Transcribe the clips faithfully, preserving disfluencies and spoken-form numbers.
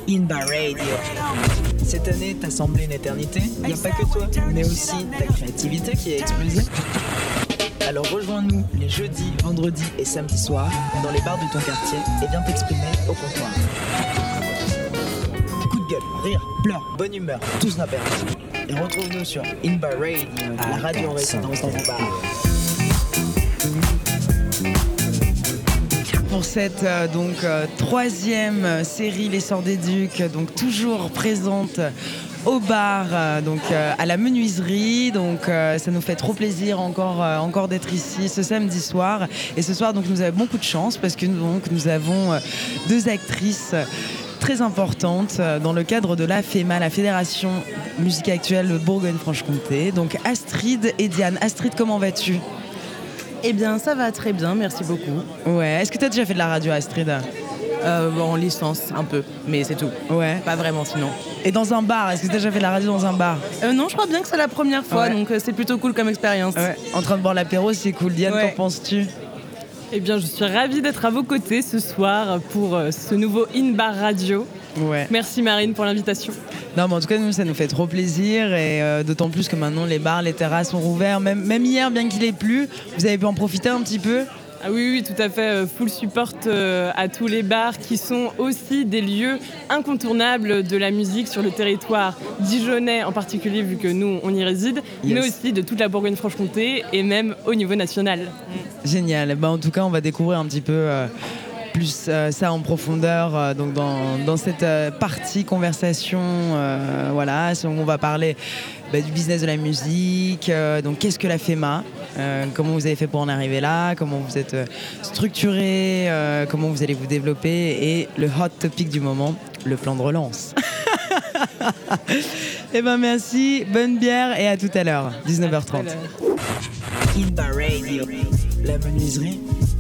Inba Radio. Cette année t'a semblé une éternité. Il n'y a pas que toi, mais aussi ta créativité qui a explosé. Alors rejoins-nous les jeudis, vendredis et samedis soirs dans les bars de ton quartier et viens t'exprimer au comptoir. Coup de gueule, rire, pleurs, bonne humeur, tout sera permis. Et retrouve-nous sur Inba Radio, la radio en résidence dans vos bars. Pour cette euh, donc euh, troisième série Les Sœurs des Ducs, donc toujours présente au bar, euh, donc euh, à la menuiserie. Donc euh, ça nous fait trop plaisir encore, euh, encore d'être ici ce samedi soir. Et ce soir donc nous avons beaucoup de chance parce que donc, nous avons euh, deux actrices très importantes euh, dans le cadre de la FEMA, la Fédération Musique Actuelle de Bourgogne-Franche-Comté. Donc Astrid et Diane. Astrid, comment vas-tu ? Eh bien, ça va très bien, merci beaucoup. Ouais. Est-ce que tu as déjà fait de la radio, Astrid ? Euh, en licence, un peu, mais c'est tout. Ouais. Pas vraiment, sinon. Et dans un bar, est-ce que tu as déjà fait de la radio dans un bar ? euh, Non, je crois bien que c'est la première fois, ouais. donc euh, c'est plutôt cool comme expérience. Ouais. En train de boire l'apéro, c'est cool. Diane, ouais. qu'en penses-tu ? Eh bien, je suis ravie d'être à vos côtés ce soir pour euh, ce nouveau In-Bar Radio. Ouais. Merci Marine pour l'invitation. Non, mais en tout cas, nous, ça nous fait trop plaisir et euh, d'autant plus que maintenant, les bars, les terrasses sont rouverts. Même, même hier, bien qu'il ait plu, vous avez pu en profiter un petit peu ? Ah oui, oui, tout à fait. Full support euh, à tous les bars qui sont aussi des lieux incontournables de la musique sur le territoire dijonnais en particulier, vu que nous, on y réside, yes. mais aussi de toute la Bourgogne-Franche-Comté et même au niveau national. Génial. Ben, en tout cas, on va découvrir un petit peu... Euh... plus euh, ça en profondeur euh, donc dans, dans cette euh, partie conversation euh, voilà, on va parler bah, du business de la musique, euh, donc qu'est-ce que la FEMA, euh, comment vous avez fait pour en arriver là, comment vous êtes euh, structuré, euh, comment vous allez vous développer et le hot topic du moment, le plan de relance. Et ben merci, bonne bière et à tout à l'heure, dix-neuf heures trente. Inba Radio, la menuiserie.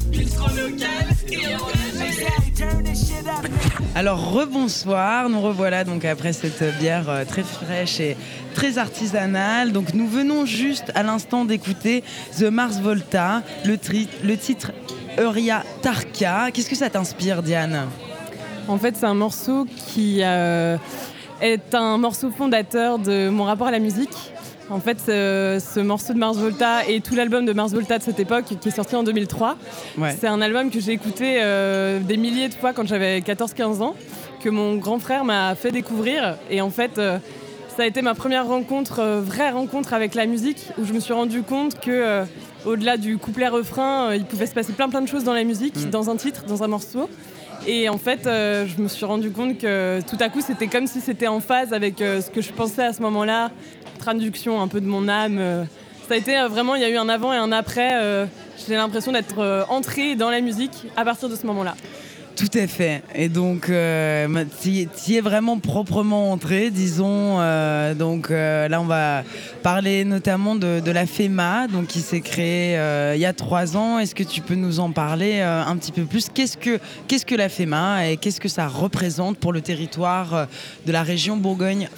Alors rebonsoir, nous revoilà donc après cette bière euh, très fraîche et très artisanale. Donc nous venons juste à l'instant d'écouter The Mars Volta, le, tri- le titre Euria Tarka. Qu'est-ce que ça t'inspire, Diane ? En fait, c'est un morceau qui euh, est un morceau fondateur de mon rapport à la musique. En fait, ce, ce morceau de Mars Volta et tout l'album de Mars Volta de cette époque, qui est sorti en deux mille trois, ouais. c'est un album que j'ai écouté euh, des milliers de fois quand j'avais quatorze quinze ans, que mon grand frère m'a fait découvrir. Et en fait, euh, ça a été ma première rencontre, euh, vraie rencontre avec la musique, où je me suis rendu compte que, euh, au-delà du couplet-refrain, euh, il pouvait se passer plein plein de choses dans la musique, mmh. dans un titre, dans un morceau. Et en fait, euh, je me suis rendu compte que tout à coup, c'était comme si c'était en phase avec euh, ce que je pensais à ce moment-là. Traduction un peu de mon âme. Ça a été euh, vraiment, il y a eu un avant et un après. Euh, j'ai l'impression d'être euh, entrée dans la musique à partir de ce moment-là. Tout à fait. Et donc, euh, tu y es vraiment proprement entrée, disons. Euh, donc euh, là, on va parler notamment de, de la FEMA, donc, qui s'est créée euh, il y a trois ans. Est-ce que tu peux nous en parler euh, un petit peu plus ? Qu'est-ce que, qu'est-ce que la FEMA et qu'est-ce que ça représente pour le territoire euh, de la région Bourgogne-Franche-Comté ?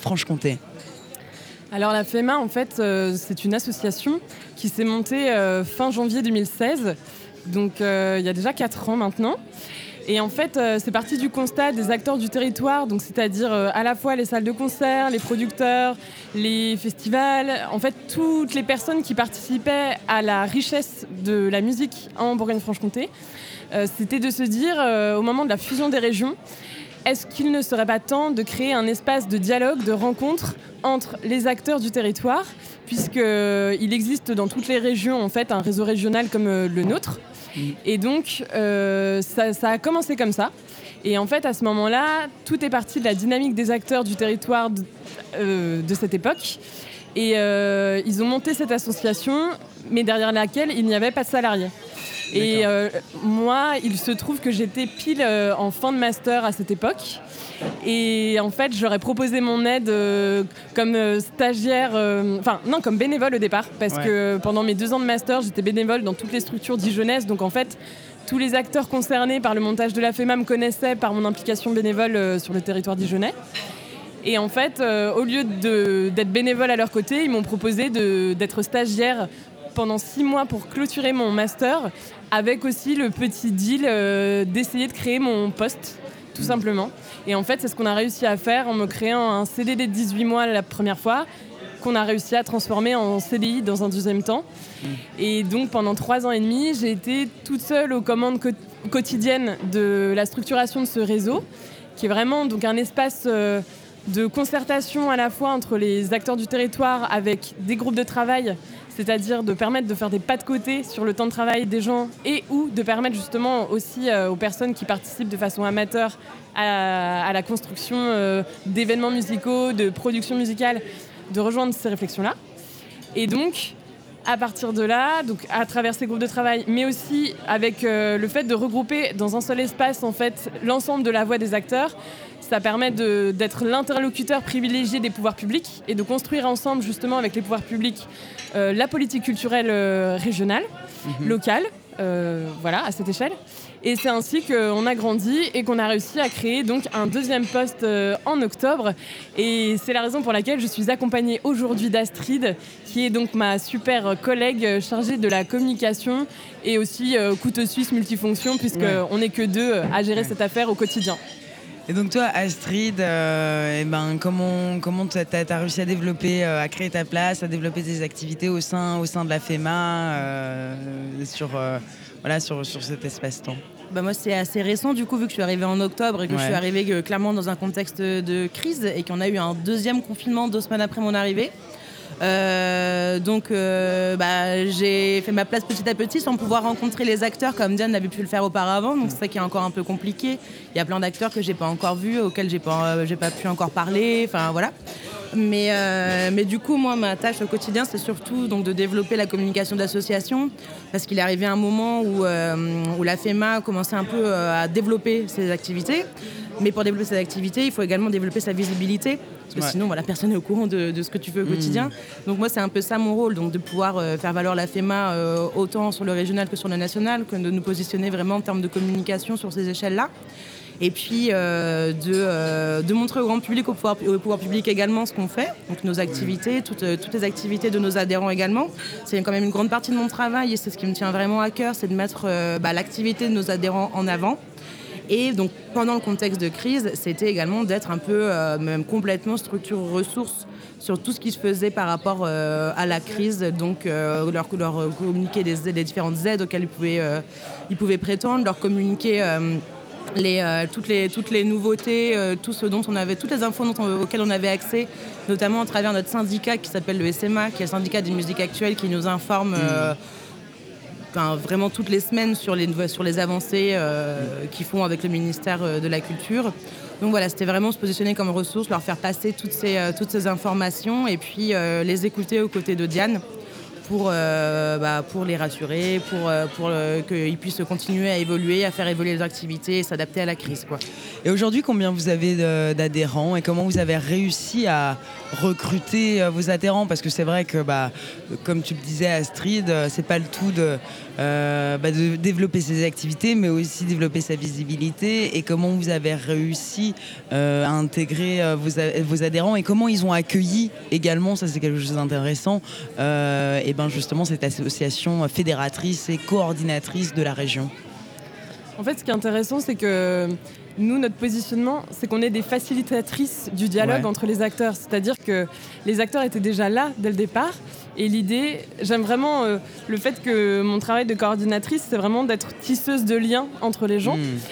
Alors la FEMA, en fait, euh, c'est une association qui s'est montée euh, fin janvier deux mille seize, donc euh, il y a déjà quatre ans maintenant. Et en fait, euh, c'est parti du constat des acteurs du territoire, donc c'est-à-dire euh, à la fois les salles de concert, les producteurs, les festivals, en fait toutes les personnes qui participaient à la richesse de la musique en Bourgogne-Franche-Comté. Euh, c'était de se dire, euh, au moment de la fusion des régions, est-ce qu'il ne serait pas temps de créer un espace de dialogue, de rencontre entre les acteurs du territoire, puisqu'il existe dans toutes les régions en fait, un réseau régional comme le nôtre. Mmh. Et donc, euh, ça, ça a commencé comme ça. Et en fait, à ce moment-là, tout est parti de la dynamique des acteurs du territoire de, euh, de cette époque. Et euh, ils ont monté cette association, mais derrière laquelle il n'y avait pas de salariés. Et euh, moi, il se trouve que j'étais pile euh, en fin de master à cette époque. Et en fait, j'aurais proposé mon aide euh, comme euh, stagiaire, enfin euh, non, comme bénévole au départ, parce ouais. que pendant mes deux ans de master, j'étais bénévole dans toutes les structures dijonnaises. Donc en fait, tous les acteurs concernés par le montage de la FEMA me connaissaient par mon implication bénévole euh, sur le territoire dijonnais. Et en fait, euh, au lieu de, d'être bénévole à leur côté, ils m'ont proposé de, d'être stagiaire pendant six mois pour clôturer mon master, avec aussi le petit deal euh, d'essayer de créer mon poste tout simplement. Et en fait, c'est ce qu'on a réussi à faire en me créant un C D D de dix-huit mois la première fois, qu'on a réussi à transformer en C D I dans un deuxième temps. Mmh. Et donc, pendant trois ans et demi, j'ai été toute seule aux commandes co- quotidiennes de la structuration de ce réseau, qui est vraiment donc, un espace euh, de concertation à la fois entre les acteurs du territoire avec des groupes de travail, c'est-à-dire de permettre de faire des pas de côté sur le temps de travail des gens et ou de permettre justement aussi euh, aux personnes qui participent de façon amateur à, à la construction euh, d'événements musicaux, de productions musicales, de rejoindre ces réflexions-là. Et donc, à partir de là, donc à travers ces groupes de travail, mais aussi avec euh, le fait de regrouper dans un seul espace en fait, l'ensemble de la voix des acteurs, ça permet de, d'être l'interlocuteur privilégié des pouvoirs publics et de construire ensemble justement avec les pouvoirs publics euh, la politique culturelle euh, régionale, mmh. locale, euh, voilà, à cette échelle. Et c'est ainsi qu'on a grandi et qu'on a réussi à créer donc un deuxième poste euh, en octobre. Et c'est la raison pour laquelle je suis accompagnée aujourd'hui d'Astrid, qui est donc ma super collègue chargée de la communication et aussi euh, couteau suisse multifonction, puisqu'on n'est que deux à gérer cette affaire au quotidien. Et donc toi, Astrid, euh, eh ben, comment, comment tu as réussi à développer, euh, à créer ta place, à développer tes activités au sein, au sein de la FEMA, euh, sur, euh, voilà, sur, sur cet espace-temps? Bah moi, c'est assez récent, du coup, vu que je suis arrivée en octobre et que ouais. je suis arrivée euh, clairement dans un contexte de crise et qu'on a eu un deuxième confinement deux semaines après mon arrivée. Euh, donc euh, bah, j'ai fait ma place petit à petit sans pouvoir rencontrer les acteurs comme Diane n'avait pu le faire auparavant, donc c'est ça qui est encore un peu compliqué. Il y a plein d'acteurs que j'ai pas encore vus, auxquels j'ai pas, euh, j'ai pas pu encore parler, enfin voilà. Mais, euh, mais du coup, moi, ma tâche au quotidien, c'est surtout donc, de développer la communication d'association, parce qu'il est arrivé un moment où, euh, où la FEMA commençait un peu euh, à développer ses activités. Mais pour développer ses activités, il faut également développer sa visibilité, parce que ouais. sinon, voilà, personne n'est au courant de, de ce que tu fais au quotidien. Mmh. Donc moi, c'est un peu ça mon rôle, donc de pouvoir euh, faire valoir la FEMA euh, autant sur le régional que sur le national, que de nous positionner vraiment en termes de communication sur ces échelles-là. Et puis euh, de, euh, de montrer au grand public, au pouvoir, au pouvoir public également ce qu'on fait, donc nos activités, toutes, toutes les activités de nos adhérents également. C'est quand même une grande partie de mon travail et c'est ce qui me tient vraiment à cœur, c'est de mettre euh, bah, l'activité de nos adhérents en avant. Et donc pendant le contexte de crise, c'était également d'être un peu, euh, même complètement structure ressources sur tout ce qui se faisait par rapport euh, à la crise, donc euh, leur, leur communiquer les, les différentes aides auxquelles ils pouvaient, euh, ils pouvaient prétendre, leur communiquer euh, Les, euh, toutes, les, toutes les nouveautés, euh, tout ce dont on avait, toutes les infos dont on, auxquelles on avait accès, notamment à travers notre syndicat qui s'appelle le S M A, qui est le syndicat des musiques actuelles, qui nous informe euh, enfin, vraiment toutes les semaines sur les, sur les avancées euh, qu'ils font avec le ministère de la Culture. Donc voilà, c'était vraiment se positionner comme ressource, leur faire passer toutes ces, euh, toutes ces informations et puis euh, les écouter aux côtés de Diane. Pour, euh, bah, pour les rassurer, pour, euh, pour euh, qu'ils puissent continuer à évoluer, à faire évoluer les activités et s'adapter à la crise, quoi. Et aujourd'hui, combien vous avez de, d'adhérents et comment vous avez réussi à recruter euh, vos adhérents? Parce que c'est vrai que, bah, comme tu le disais, Astrid, euh, c'est pas le tout de, euh, bah, de développer ses activités, mais aussi développer sa visibilité. Et comment vous avez réussi euh, à intégrer euh, vos, vos adhérents et comment ils ont accueilli également, ça c'est quelque chose d'intéressant, euh, et ben justement cette association fédératrice et coordinatrice de la région. En fait, ce qui est intéressant, c'est que nous, notre positionnement, c'est qu'on est des facilitatrices du dialogue ouais. entre les acteurs. C'est-à-dire que les acteurs étaient déjà là dès le départ. Et l'idée, j'aime vraiment euh, le fait que mon travail de coordinatrice, c'est vraiment d'être tisseuse de liens entre les gens. Mmh.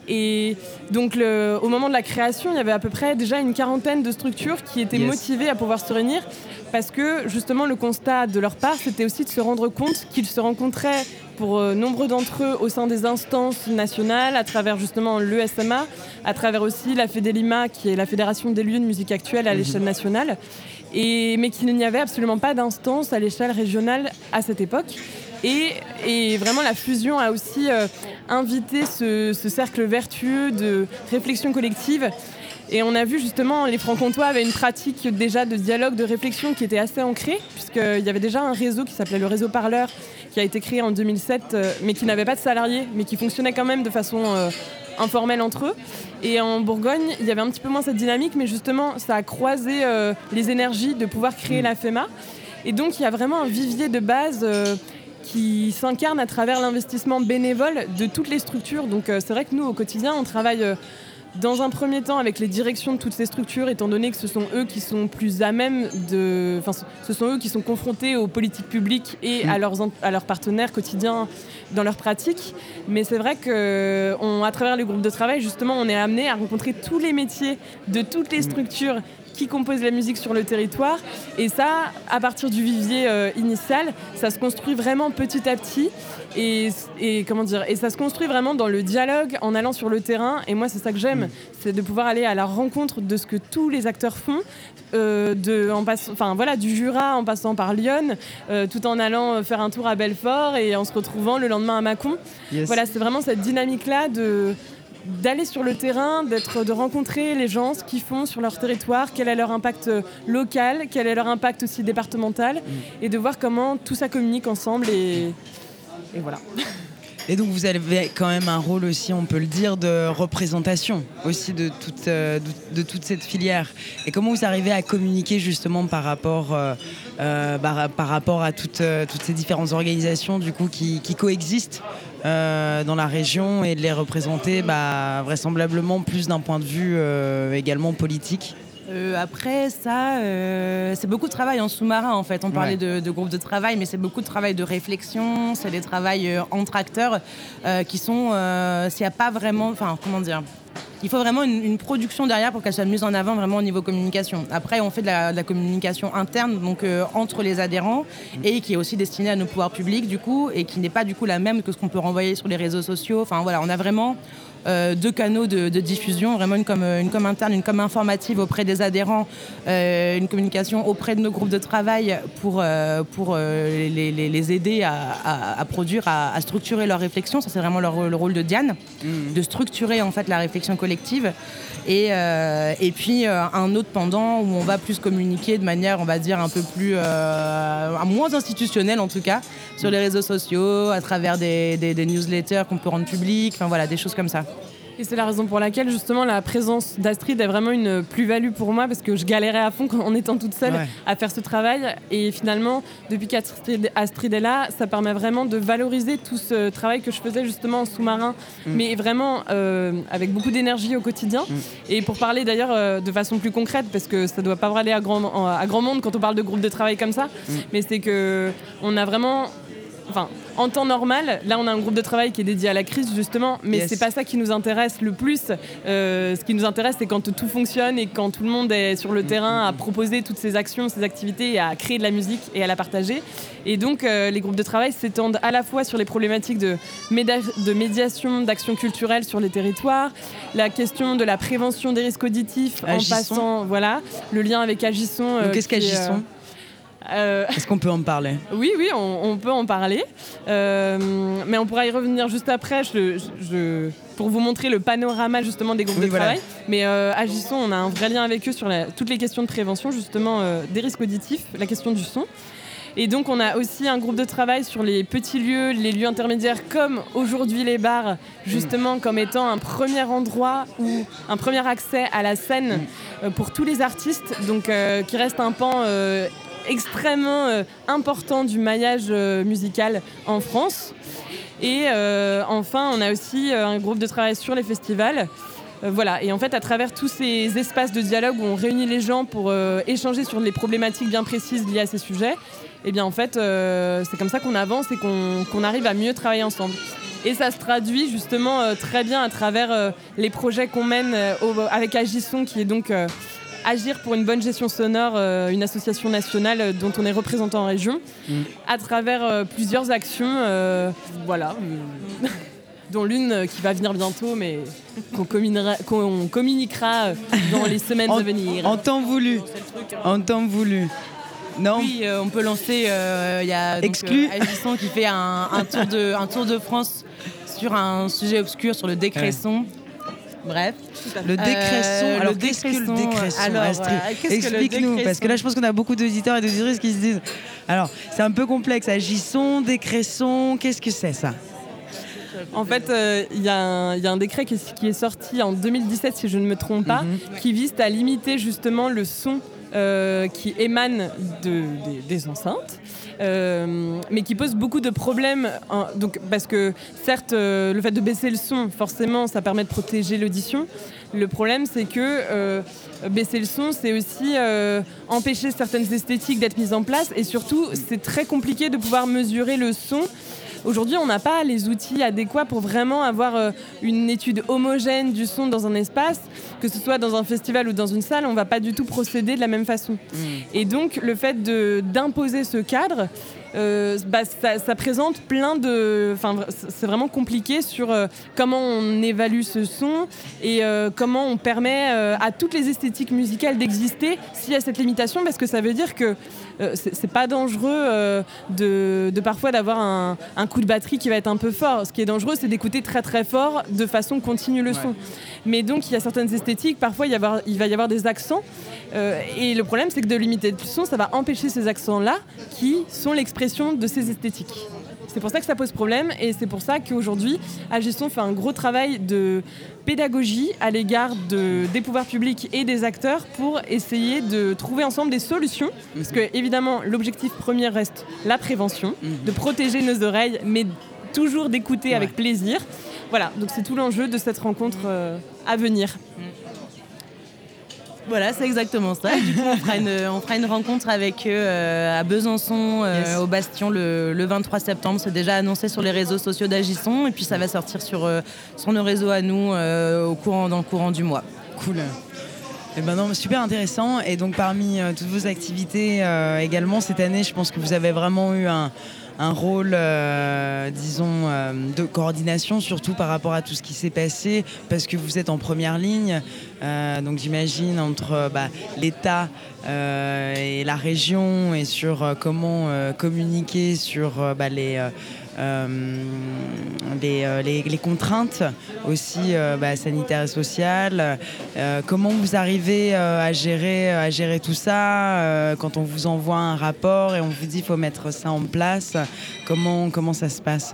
Et donc, le, au moment de la création, il y avait à peu près déjà une quarantaine de structures qui étaient yes. motivées à pouvoir se réunir parce que, justement, le constat de leur part, c'était aussi de se rendre compte qu'ils se rencontraient pour euh, nombreux d'entre eux au sein des instances nationales, à travers, justement, l'E S M A, à travers aussi la Fédélima, qui est la Fédération des lieux de musique actuelle à mmh. l'échelle nationale, et, mais qu'il n'y avait absolument pas d'instance à l'échelle régionale à cette époque. Et, et vraiment, la fusion a aussi euh, invité ce, ce cercle vertueux de réflexion collective. Et on a vu justement, les Franc-Comtois avaient une pratique déjà de dialogue, de réflexion qui était assez ancrée, puisqu'il y avait déjà un réseau qui s'appelait le Réseau Parleur, qui a été créé en deux mille sept, euh, mais qui n'avait pas de salariés, mais qui fonctionnait quand même de façon euh, informelle entre eux. Et en Bourgogne, il y avait un petit peu moins cette dynamique, mais justement, ça a croisé euh, les énergies de pouvoir créer mmh. la FEMA. Et donc, il y a vraiment un vivier de base euh, qui s'incarne à travers l'investissement bénévole de toutes les structures. Donc euh, c'est vrai que nous, au quotidien, on travaille euh, Dans un premier temps, avec les directions de toutes ces structures, étant donné que ce sont eux qui sont plus à même de... Enfin, ce sont eux qui sont confrontés aux politiques publiques et mmh. à, leurs, à leurs partenaires quotidiens dans leurs pratiques. Mais c'est vrai qu'à travers le groupe de travail, justement, on est amené à rencontrer tous les métiers de toutes les structures qui composent la musique sur le territoire. Et ça, à partir du vivier euh, initial, ça se construit vraiment petit à petit. Et, et, comment dire, et ça se construit vraiment dans le dialogue, en allant sur le terrain. Et moi, c'est ça que j'aime, mmh. c'est de pouvoir aller à la rencontre de ce que tous les acteurs font, euh, de, en passe, enfin, voilà, du Jura en passant par Lyon, euh, tout en allant faire un tour à Belfort et en se retrouvant le lendemain à Mâcon. Yes. Voilà, c'est vraiment cette dynamique-là de... d'aller sur le terrain, d'être, de rencontrer les gens, ce qu'ils font sur leur territoire, quel est leur impact local, quel est leur impact aussi départemental, mmh. et de voir comment tout ça communique ensemble, et, et voilà. Et donc vous avez quand même un rôle aussi, on peut le dire, de représentation aussi de toute, euh, de, de toute cette filière. Et comment vous arrivez à communiquer justement par rapport, euh, euh, par, par rapport à toutes, euh, toutes ces différentes organisations du coup, qui, qui coexistent euh, dans la région, et de les représenter bah, vraisemblablement plus d'un point de vue euh, également politique? Euh, après ça, euh, c'est beaucoup de travail en sous-marin en fait. On parlait ouais. de, de groupe de travail, mais c'est beaucoup de travail de réflexion, c'est des travails euh, entre acteurs euh, qui sont, euh, s'il n'y a pas vraiment, enfin comment dire, il faut vraiment une, une production derrière pour qu'elle soit mise en avant vraiment au niveau communication. Après, on fait de la, de la communication interne, donc euh, entre les adhérents, et qui est aussi destinée à nos pouvoirs publics du coup, et qui n'est pas du coup la même que ce qu'on peut renvoyer sur les réseaux sociaux. Enfin voilà, on a vraiment Euh, deux canaux de, de diffusion, vraiment une com, une com interne, une com informative auprès des adhérents, euh, une communication auprès de nos groupes de travail pour, euh, pour euh, les, les, les aider à, à, à produire, à, à structurer leur réflexion. Ça, c'est vraiment leur, le rôle de Diane, mmh. de structurer en fait la réflexion collective. Et, euh, et puis euh, un autre pendant où on va plus communiquer de manière, on va dire, un peu plus, euh, moins institutionnelle en tout cas, sur les réseaux sociaux, à travers des, des, des newsletters qu'on peut rendre publics, enfin voilà, des choses comme ça. Et c'est la raison pour laquelle justement la présence d'Astrid est vraiment une plus-value pour moi, parce que je galérais à fond en étant toute seule ouais. à faire ce travail, et finalement depuis qu'Astrid est là, ça permet vraiment de valoriser tout ce travail que je faisais justement en sous-marin, mm. mais vraiment euh, avec beaucoup d'énergie au quotidien. Mm. Et pour parler d'ailleurs euh, de façon plus concrète, parce que ça doit pas parler à grand, à grand monde quand on parle de groupe de travail comme ça, mm. mais c'est que on a vraiment... Enfin, en temps normal, là on a un groupe de travail qui est dédié à la crise justement, mais yes. c'est pas ça qui nous intéresse le plus. Euh, ce qui nous intéresse, c'est quand tout fonctionne et quand tout le monde est sur le mmh. terrain à proposer toutes ces actions, ces activités, et à créer de la musique et à la partager. Et donc euh, les groupes de travail s'étendent à la fois sur les problématiques de, méda- de médiation, d'action culturelle sur les territoires, la question de la prévention des risques auditifs, Agisson. en passant, voilà, le lien avec Agisson. Euh, qu'est-ce qu'Agisson ? Euh... Est-ce qu'on peut en parler ? Oui, oui, on, on peut en parler. Euh, mais on pourra y revenir juste après, je, je, pour vous montrer le panorama justement des groupes oui, de voilà. travail. Mais euh, Agisson, on a un vrai lien avec eux sur la, toutes les questions de prévention, justement euh, des risques auditifs, la question du son. Et donc on a aussi un groupe de travail sur les petits lieux, les lieux intermédiaires, comme aujourd'hui les bars, justement mmh. comme étant un premier endroit ou un premier accès à la scène mmh. euh, pour tous les artistes, donc euh, qui reste un pan euh, extrêmement euh, important du maillage euh, musical en France. Et euh, enfin, on a aussi euh, un groupe de travail sur les festivals. Euh, voilà. Et en fait, à travers tous ces espaces de dialogue où on réunit les gens pour euh, échanger sur les problématiques bien précises liées à ces sujets, et bien en fait, euh, c'est comme ça qu'on avance et qu'on, qu'on arrive à mieux travailler ensemble. Et ça se traduit justement euh, très bien à travers euh, les projets qu'on mène euh, au, avec Agisson, qui est donc euh, Agir pour une bonne gestion sonore, euh, une association nationale euh, dont on est représentant en région, mmh. à travers euh, plusieurs actions, euh, voilà, euh, dont l'une euh, qui va venir bientôt, mais qu'on communiquera, qu'on communiquera euh, dans les semaines en, à venir. En temps voulu, en temps voulu. Non. Oui, euh, on peut lancer. Il euh, y a donc, euh, Agisson qui fait un, un, tour de, un tour de France sur un sujet obscur, sur le décresson. Ouais. Bref. Le décresson. Euh, alors, le qu'est-ce que le décresson, alors, Astrid euh, qu'est-ce Explique-nous, que le parce que là, je pense qu'on a beaucoup d'auditeurs et d'auditrices qui se disent. Alors, c'est un peu complexe. Agisson, décresson, qu'est-ce que c'est ça ? En fait, il euh, y, y a un décret qui est, qui est sorti en deux mille dix-sept, si je ne me trompe pas, mm-hmm. qui vise à limiter justement le son euh, qui émanent de, des, des enceintes. Euh, mais qui pose beaucoup de problèmes hein, donc, parce que certes euh, le fait de baisser le son forcément ça permet de protéger l'audition. Le problème c'est que euh, baisser le son c'est aussi euh, empêcher certaines esthétiques d'être mises en place et surtout c'est très compliqué de pouvoir mesurer le son. Aujourd'hui, on n'a pas les outils adéquats pour vraiment avoir euh, une étude homogène du son dans un espace, que ce soit dans un festival ou dans une salle, on ne va pas du tout procéder de la même façon. Mmh. Et donc, le fait de, d'imposer ce cadre, euh, bah, ça, ça présente plein de... Enfin, c'est vraiment compliqué sur euh, comment on évalue ce son et euh, comment on permet euh, à toutes les esthétiques musicales d'exister s'il y a cette limitation, parce que ça veut dire que euh, c'est, c'est pas dangereux euh, de, de parfois d'avoir un, un coup de batterie qui va être un peu fort. Ce qui est dangereux, c'est d'écouter très très fort de façon continue le son. Ouais. Mais donc, il y a certaines esthétiques, parfois il, y avoir, il va y avoir des accents. Euh, et le problème, c'est que de limiter le son, ça va empêcher ces accents-là qui sont l'expression de ces esthétiques. C'est pour ça que ça pose problème et c'est pour ça qu'aujourd'hui, Agisson fait un gros travail de pédagogie à l'égard de, des pouvoirs publics et des acteurs pour essayer de trouver ensemble des solutions. Mmh. Parce que, évidemment, l'objectif premier reste la prévention, mmh. de protéger nos oreilles, mais toujours d'écouter ouais. avec plaisir. Voilà, donc c'est tout l'enjeu de cette rencontre euh, à venir. Mmh. Voilà, c'est exactement ça. Du coup, on fera une, on fera une rencontre avec eux euh, à Besançon, euh, yes. au Bastion, le, le vingt-trois septembre. C'est déjà annoncé sur les réseaux sociaux d'Agisson. Et puis, ça va sortir sur, euh, sur nos réseaux à nous euh, au courant, dans le courant du mois. Cool. Et ben non, super intéressant. Et donc, parmi euh, toutes vos activités euh, également, cette année, je pense que vous avez vraiment eu un... un rôle, euh, disons, euh, de coordination, surtout par rapport à tout ce qui s'est passé, parce que vous êtes en première ligne. Euh, donc j'imagine entre bah, l'État euh, et la région et sur euh, comment euh, communiquer sur euh, bah, les... Euh, Euh, les, euh, les, les contraintes aussi euh, bah, sanitaires et sociales. Euh, comment vous arrivez euh, à, gérer, à gérer tout ça euh, quand on vous envoie un rapport et on vous dit qu'il faut mettre ça en place? Comment, comment ça se passe?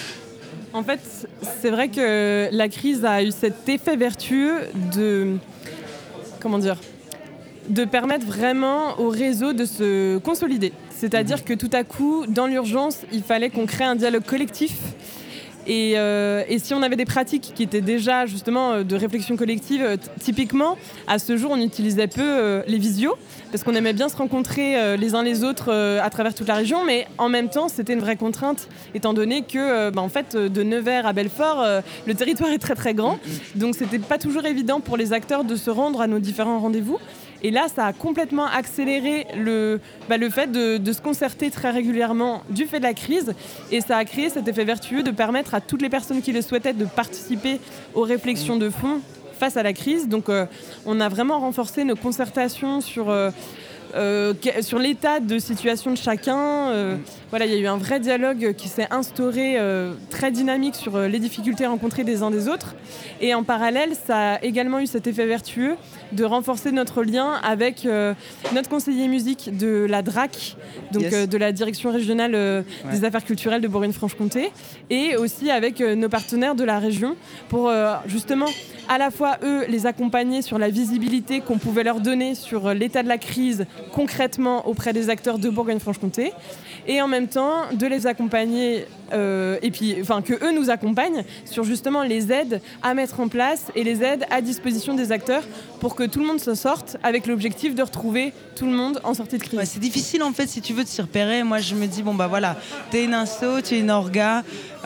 En fait, c'est vrai que la crise a eu cet effet vertueux de... Comment dire de permettre vraiment au réseau de se consolider. C'est-à-dire que tout à coup, dans l'urgence, il fallait qu'on crée un dialogue collectif. Et, euh, et si on avait des pratiques qui étaient déjà justement de réflexion collective, euh, t- typiquement, à ce jour, on utilisait peu euh, les visios, parce qu'on aimait bien se rencontrer euh, les uns les autres euh, à travers toute la région, mais en même temps, c'était une vraie contrainte, étant donné que, euh, bah, en fait, de Nevers à Belfort, euh, le territoire est très très grand, donc c'était pas toujours évident pour les acteurs de se rendre à nos différents rendez-vous. Et là, ça a complètement accéléré le, bah, le fait de, de se concerter très régulièrement du fait de la crise. Et ça a créé cet effet vertueux de permettre à toutes les personnes qui le souhaitaient de participer aux réflexions de fond face à la crise. Donc, euh, on a vraiment renforcé nos concertations sur... Euh, Euh, sur l'état de situation de chacun. Euh, voilà, il y a eu un vrai dialogue qui s'est instauré euh, très dynamique sur euh, les difficultés rencontrées des uns des autres. Et en parallèle, ça a également eu cet effet vertueux de renforcer notre lien avec euh, notre conseiller musique de la D R A C, donc yes. euh, de la Direction régionale euh, ouais. des affaires culturelles de Bourgogne-Franche-Comté, et aussi avec euh, nos partenaires de la région pour euh, justement à la fois eux les accompagner sur la visibilité qu'on pouvait leur donner sur euh, l'état de la crise concrètement auprès des acteurs de Bourgogne-Franche-Comté, et en même temps de les accompagner euh, et puis enfin que eux nous accompagnent sur justement les aides à mettre en place et les aides à disposition des acteurs pour que tout le monde se sorte avec l'objectif de retrouver tout le monde en sortie de crise. Ouais, c'est difficile en fait si tu veux de s'y repérer. Moi je me dis bon bah voilà, t'es une asso, tu es une orga,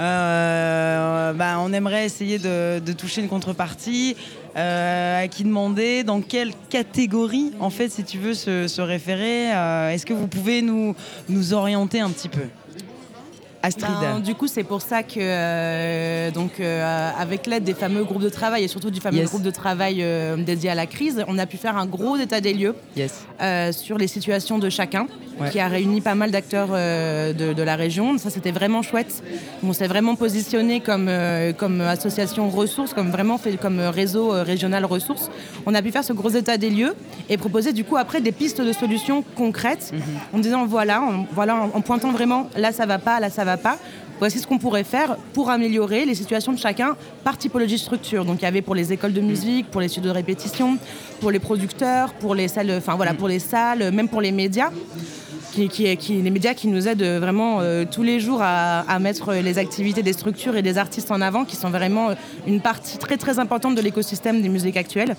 euh, bah, on aimerait essayer de, de toucher une contrepartie. Euh, à qui demander, dans quelle catégorie en fait si tu veux se, se référer, euh, est-ce que vous pouvez nous, nous orienter un petit peu? Astrid. Ben, du coup, c'est pour ça que, euh, donc, euh, avec l'aide des fameux groupes de travail et surtout du fameux yes. groupe de travail euh, dédié à la crise, on a pu faire un gros état des lieux yes. euh, sur les situations de chacun, ouais. qui a réuni pas mal d'acteurs euh, de, de la région. Ça, c'était vraiment chouette. On s'est vraiment positionné comme, euh, comme association ressources, comme vraiment fait comme réseau euh, régional ressources. On a pu faire ce gros état des lieux et proposer du coup après des pistes de solutions concrètes, mm-hmm. en disant voilà, en, voilà, en, en pointant vraiment là ça va pas, là ça va pas, voici ce qu'on pourrait faire pour améliorer les situations de chacun par typologie de structure. Donc il y avait pour les écoles de musique, pour les studios de répétition, pour les producteurs, pour les salles, enfin voilà, pour les salles, même pour les médias. Qui, qui, qui, les médias qui nous aident vraiment euh, tous les jours à, à mettre les activités des structures et des artistes en avant, qui sont vraiment une partie très très importante de l'écosystème des musiques actuelles.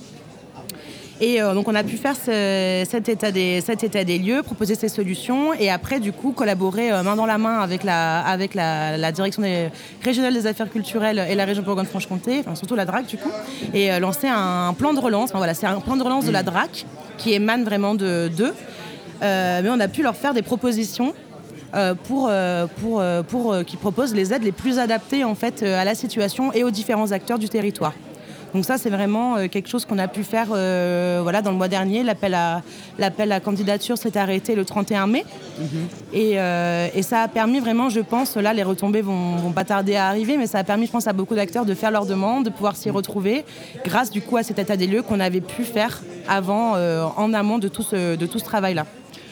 Et euh, donc on a pu faire ce, cet, état des, cet état des lieux, proposer ces solutions et après du coup collaborer euh, main dans la main avec, la, avec la, la direction des, régionale des affaires culturelles et la région Bourgogne-Franche-Comté, enfin, surtout la D R A C du coup, et euh, lancer un, un plan de relance. Enfin, voilà, c'est un plan de relance de la D R A C qui émane vraiment de d'eux. Euh, mais on a pu leur faire des propositions euh, pour, euh, pour, euh, pour euh, qui proposent les aides les plus adaptées en fait, euh, à la situation et aux différents acteurs du territoire. Donc ça, c'est vraiment euh, quelque chose qu'on a pu faire euh, voilà, dans le mois dernier. L'appel à, l'appel à candidature s'est arrêté le trente et un mai. Mmh. Et, euh, et ça a permis vraiment, je pense, là, les retombées vont, vont pas tarder à arriver, mais ça a permis, je pense, à beaucoup d'acteurs de faire leurs demandes, de pouvoir s'y retrouver, grâce du coup à cet état des lieux qu'on avait pu faire avant, euh, en amont de tout ce, de tout ce travail-là.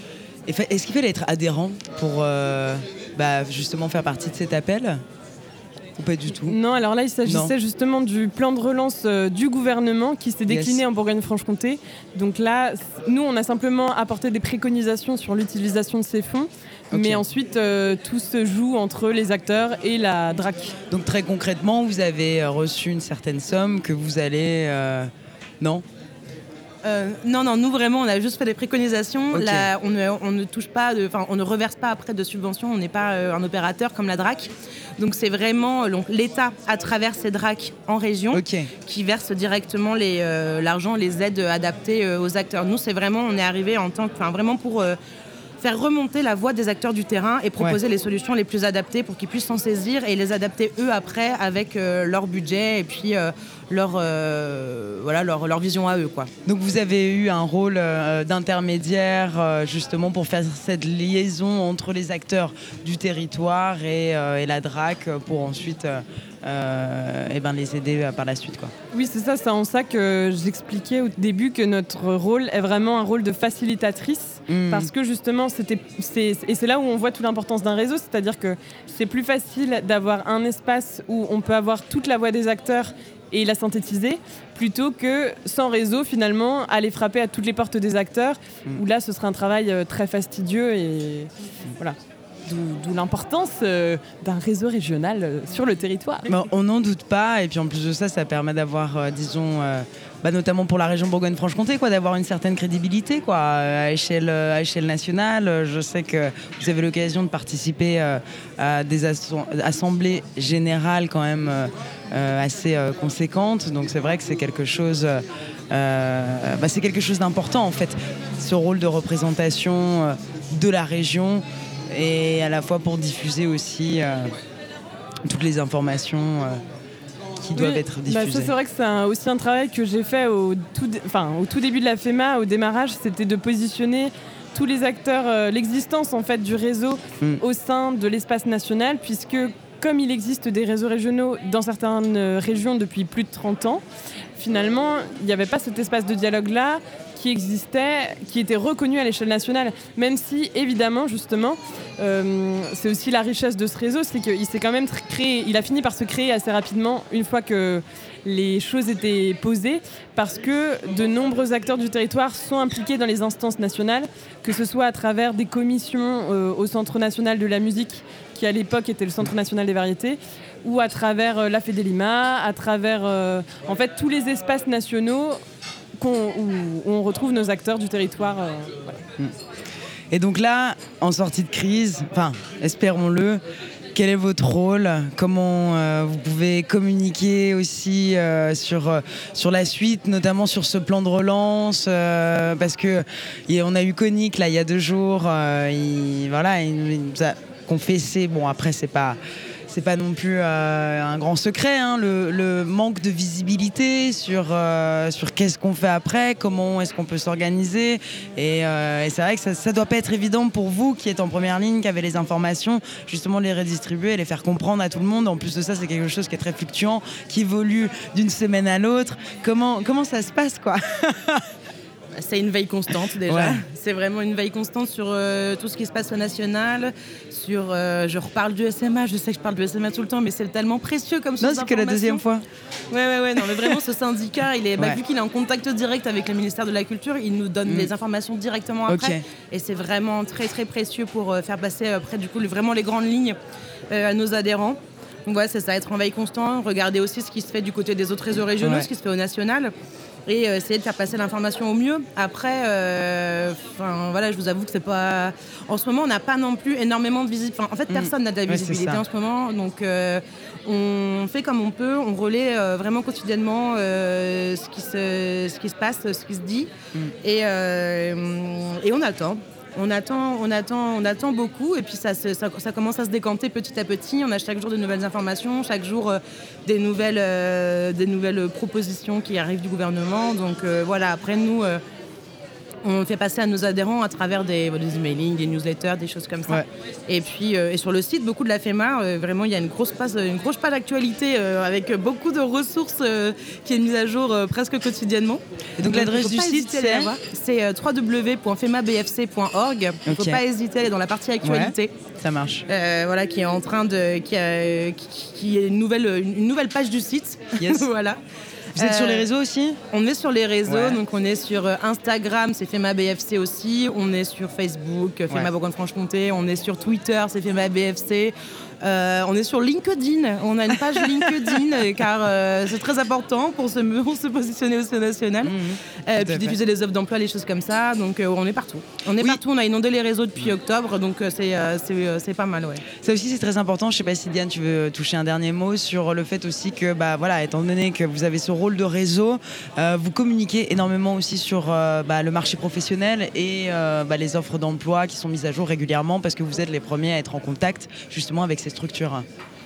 Est-ce qu'il fallait être adhérent pour euh, bah, justement faire partie de cet appel ou pas du tout? Non, alors là il s'agissait non. justement du plan de relance euh, du gouvernement qui s'est décliné yes. en Bourgogne-Franche-Comté. Donc là, nous on a simplement apporté des préconisations sur l'utilisation de ces fonds. Okay. Mais ensuite, euh, tout se joue entre les acteurs et la D R A C. Donc très concrètement, vous avez reçu une certaine somme que vous allez... Euh... Non Euh, non, non, nous vraiment, on a juste fait des préconisations. Okay. Là, on, ne, on ne touche pas, de, on ne reverse pas après de subventions. On n'est pas euh, un opérateur comme la D R A C. Donc c'est vraiment donc, l'État à travers ces D R A C en région okay. qui verse directement les, euh, l'argent, les aides adaptées euh, aux acteurs. Nous, c'est vraiment, on est arrivé en tant que, enfin, vraiment pour euh, faire remonter la voix des acteurs du terrain et proposer ouais. les solutions les plus adaptées pour qu'ils puissent s'en saisir et les adapter eux après avec euh, leur budget et puis euh, leur, euh, voilà, leur, leur vision à eux, quoi. Donc vous avez eu un rôle euh, d'intermédiaire euh, justement pour faire cette liaison entre les acteurs du territoire et, euh, et la D R A C pour ensuite euh, euh, et ben les aider euh, par la suite, quoi. Oui, c'est ça, c'est en ça que j'expliquais au début que notre rôle est vraiment un rôle de facilitatrice mmh. parce que justement, c'était, c'est, et c'est là où on voit toute l'importance d'un réseau, c'est-à-dire que c'est plus facile d'avoir un espace où on peut avoir toute la voix des acteurs et la synthétiser, plutôt que sans réseau, finalement, aller frapper à toutes les portes des acteurs, mmh. où là, ce serait un travail euh, très fastidieux et mmh. voilà. D'où, d'où l'importance euh, d'un réseau régional euh, sur le territoire. Bon, on n'en doute pas, et puis en plus de ça, ça permet d'avoir, euh, disons, euh, bah, notamment pour la région Bourgogne-Franche-Comté, quoi, d'avoir une certaine crédibilité, quoi, à échelle, à échelle nationale. Je sais que vous avez l'occasion de participer euh, à des asso- assemblées générales quand même euh, assez euh, conséquentes, donc c'est vrai que c'est quelque chose, euh, bah, c'est quelque chose d'important en fait, ce rôle de représentation euh, de la région. Et à la fois pour diffuser aussi euh, toutes les informations euh, qui doivent oui, être diffusées. Bah ça, c'est vrai que c'est un, aussi un travail que j'ai fait au tout, dé- au tout début de la FEMA, au démarrage, c'était de positionner tous les acteurs, euh, l'existence en fait, du réseau mm. au sein de l'espace national, puisque comme il existe des réseaux régionaux dans certaines régions depuis plus de trente ans, finalement, il n'y avait pas cet espace de dialogue-là qui existait, qui était reconnu à l'échelle nationale. Même si, évidemment, justement, euh, c'est aussi la richesse de ce réseau, c'est qu'il s'est quand même créé, il a fini par se créer assez rapidement une fois que les choses étaient posées, parce que de nombreux acteurs du territoire sont impliqués dans les instances nationales, que ce soit à travers des commissions euh, au Centre national de la musique, qui à l'époque était le Centre national des variétés, ou à travers euh, la Fédélima, à travers euh, en fait tous les espaces nationaux qu'on, où, où on retrouve nos acteurs du territoire. Euh, voilà. Et donc là, en sortie de crise, enfin, espérons-le, quel est votre rôle ? Comment euh, vous pouvez communiquer aussi euh, sur, euh, sur la suite, notamment sur ce plan de relance euh, parce que y a, on a eu Conic là il y a deux jours, euh, il, voilà, il, il nous a confessé. Bon, après c'est pas c'est pas non plus euh, un grand secret, hein, le, le manque de visibilité sur, euh, sur qu'est-ce qu'on fait après, comment est-ce qu'on peut s'organiser. Et, euh, et c'est vrai que ça ne doit pas être évident pour vous qui êtes en première ligne, qui avez les informations, justement les redistribuer et les faire comprendre à tout le monde. En plus de ça, c'est quelque chose qui est très fluctuant, qui évolue d'une semaine à l'autre. Comment, comment ça se passe, quoi ? C'est une veille constante déjà. Ouais. C'est vraiment une veille constante sur euh, tout ce qui se passe au national. Sur, euh, je reparle du S M A, je sais que je parle du S M A tout le temps, mais c'est tellement précieux comme source d'information. Non, c'est que la deuxième fois. Ouais, ouais, ouais. Non, mais vraiment, ce syndicat, il est, bah, ouais. vu qu'il est en contact direct avec le ministère de la Culture, il nous donne mmh. les informations directement après. Okay. Et c'est vraiment très, très précieux pour euh, faire passer après, du coup, vraiment les grandes lignes euh, à nos adhérents. Donc, ouais, c'est ça, être en veille constant, regarder aussi ce qui se fait du côté des autres réseaux régionaux, ouais. ce qui se fait au national. Et euh, essayer de faire passer l'information au mieux. Après, euh, voilà, je vous avoue que c'est pas... En ce moment, on n'a pas non plus énormément de visibilité. En fait, personne mmh. n'a de la visibilité ouais, en ce moment. Donc, euh, on fait comme on peut. On relaie euh, vraiment quotidiennement euh, ce, qui se, ce qui se passe, ce qui se dit. Mmh. Et, euh, et on attend. On attend, on, attend, on attend beaucoup et puis ça, ça, ça commence à se décanter petit à petit. On a chaque jour de nouvelles informations, chaque jour euh, des, nouvelles, euh, des nouvelles propositions qui arrivent du gouvernement. Donc euh, voilà, après nous, euh, on fait passer à nos adhérents à travers des, des emailings, des newsletters, des choses comme ça. Ouais. Et puis euh, et sur le site, beaucoup de la FEMA, euh, vraiment il y a une grosse page, une grosse page d'actualité euh, avec beaucoup de ressources euh, qui est mise à jour euh, presque quotidiennement. Et donc, donc l'adresse du site, c'est C'est euh, w w w point fema b f c point org. Il ne okay. faut pas hésiter à aller dans la partie actualité. Ouais, ça marche. Euh, voilà, qui est en train de, qui, a, qui, qui est une nouvelle, une nouvelle page du site. Yes. Voilà. Vous êtes euh, sur les réseaux aussi ? On est sur les réseaux, ouais. donc on est sur Instagram, c'est FEMA B F C aussi, on est sur Facebook, FEMA ouais. Bourgogne-Franche-Comté, on est sur Twitter, c'est FEMA B F C, euh, on est sur LinkedIn, on a une page LinkedIn car euh, c'est très important pour se, pour se positionner aussi au national, mmh, euh, puis diffuser les offres d'emploi, les choses comme ça, donc euh, on est partout. On est oui. partout, on a inondé les réseaux depuis octobre, donc euh, c'est, euh, c'est, euh, c'est pas mal. Ouais. Ça aussi c'est très important, je sais pas si Diane tu veux toucher un dernier mot sur le fait aussi que, bah, voilà, étant donné que vous avez ce rôle de réseau, euh, vous communiquez énormément aussi sur euh, bah, le marché professionnel et euh, bah, les offres d'emploi qui sont mises à jour régulièrement parce que vous êtes les premiers à être en contact justement avec ces structures.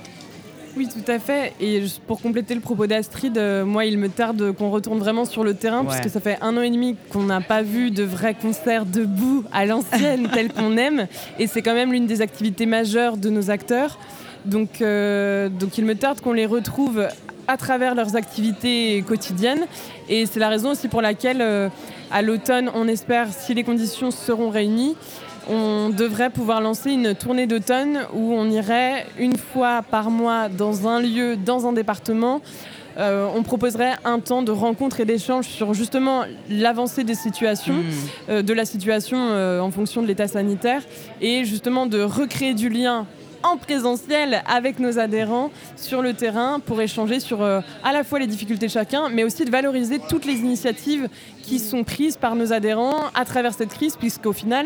Oui, tout à fait. Et pour compléter le propos d'Astrid, euh, moi, il me tarde qu'on retourne vraiment sur le terrain, ouais. puisque ça fait un an et demi qu'on n'a pas vu de vrais concerts debout à l'ancienne, tel qu'on aime. Et c'est quand même l'une des activités majeures de nos acteurs. Donc, euh, donc il me tarde qu'on les retrouve à travers leurs activités quotidiennes. Et c'est la raison aussi pour laquelle, euh, à l'automne, on espère, si les conditions seront réunies, on devrait pouvoir lancer une tournée d'automne où on irait une fois par mois dans un lieu, dans un département. Euh, on proposerait un temps de rencontre et d'échange sur justement l'avancée des situations, mmh. euh, de la situation euh, en fonction de l'état sanitaire et justement de recréer du lien en présentiel avec nos adhérents sur le terrain pour échanger sur euh, à la fois les difficultés de chacun, mais aussi de valoriser toutes les initiatives qui sont prises par nos adhérents à travers cette crise, puisqu'au final,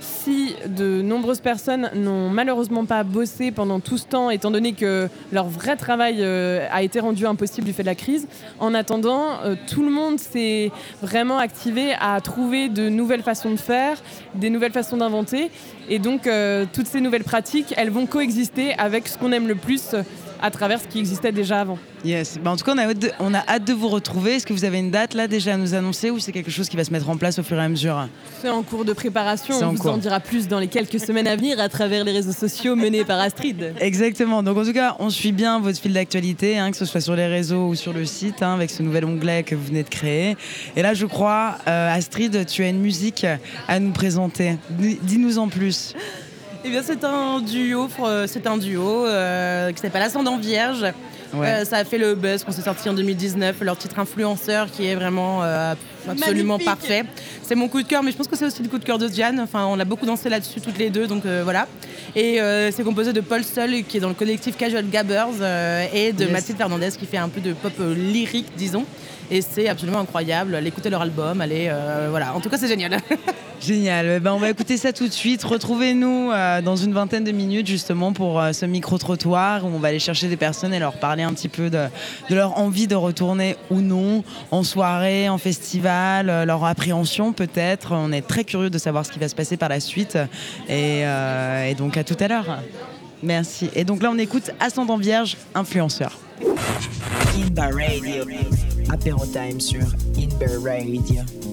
si de nombreuses personnes n'ont malheureusement pas bossé pendant tout ce temps, étant donné que leur vrai travail euh, a été rendu impossible du fait de la crise, en attendant, euh, tout le monde s'est vraiment activé à trouver de nouvelles façons de faire, des nouvelles façons d'inventer. Et donc, euh, toutes ces nouvelles pratiques, elles vont coexister avec ce qu'on aime le plus à travers ce qui existait déjà avant. Yes. Bah en tout cas, on a, hâte de, on a hâte de vous retrouver. Est-ce que vous avez une date là déjà à nous annoncer ou c'est quelque chose qui va se mettre en place au fur et à mesure ? C'est en cours de préparation. C'est on en vous cours. en dira plus dans les quelques semaines à venir à travers les réseaux sociaux menés par Astrid. Exactement. Donc en tout cas, on suit bien votre fil d'actualité, hein, que ce soit sur les réseaux ou sur le site, hein, avec ce nouvel onglet que vous venez de créer. Et là, je crois, euh, Astrid, tu as une musique à nous présenter. Dis-nous en plus. Eh bien, c'est un duo, c'est un duo euh, qui s'appelle Ascendant Vierge. Ouais. Euh, ça a fait le buzz quand c'est sorti en deux mille dix-neuf. Leur titre Influenceur qui est vraiment euh, absolument magnifique. Parfait. C'est mon coup de cœur, mais je pense que c'est aussi le coup de cœur de Diane. Enfin, on a beaucoup dansé là-dessus toutes les deux, donc euh, voilà. Et euh, c'est composé de Paul Seul qui est dans le collectif Casual Gabbers euh, et de yes. Mathilde Fernandez qui fait un peu de pop euh, lyrique, disons. Et c'est absolument incroyable. Allez écouter leur album, allez, euh, voilà. En tout cas, c'est génial. Génial. Ben, on va écouter ça tout de suite. Retrouvez-nous euh, dans une vingtaine de minutes justement pour euh, ce micro-trottoir où on va aller chercher des personnes et leur parler un petit peu de, de leur envie de retourner ou non en soirée, en festival, euh, leur appréhension peut-être. On est très curieux de savoir ce qui va se passer par la suite. Et, euh, et donc à tout à l'heure. Merci. Et donc là, on écoute Ascendant Vierge, Influenceur. Inbar Radio. Apéro Time sur Inbar Radio.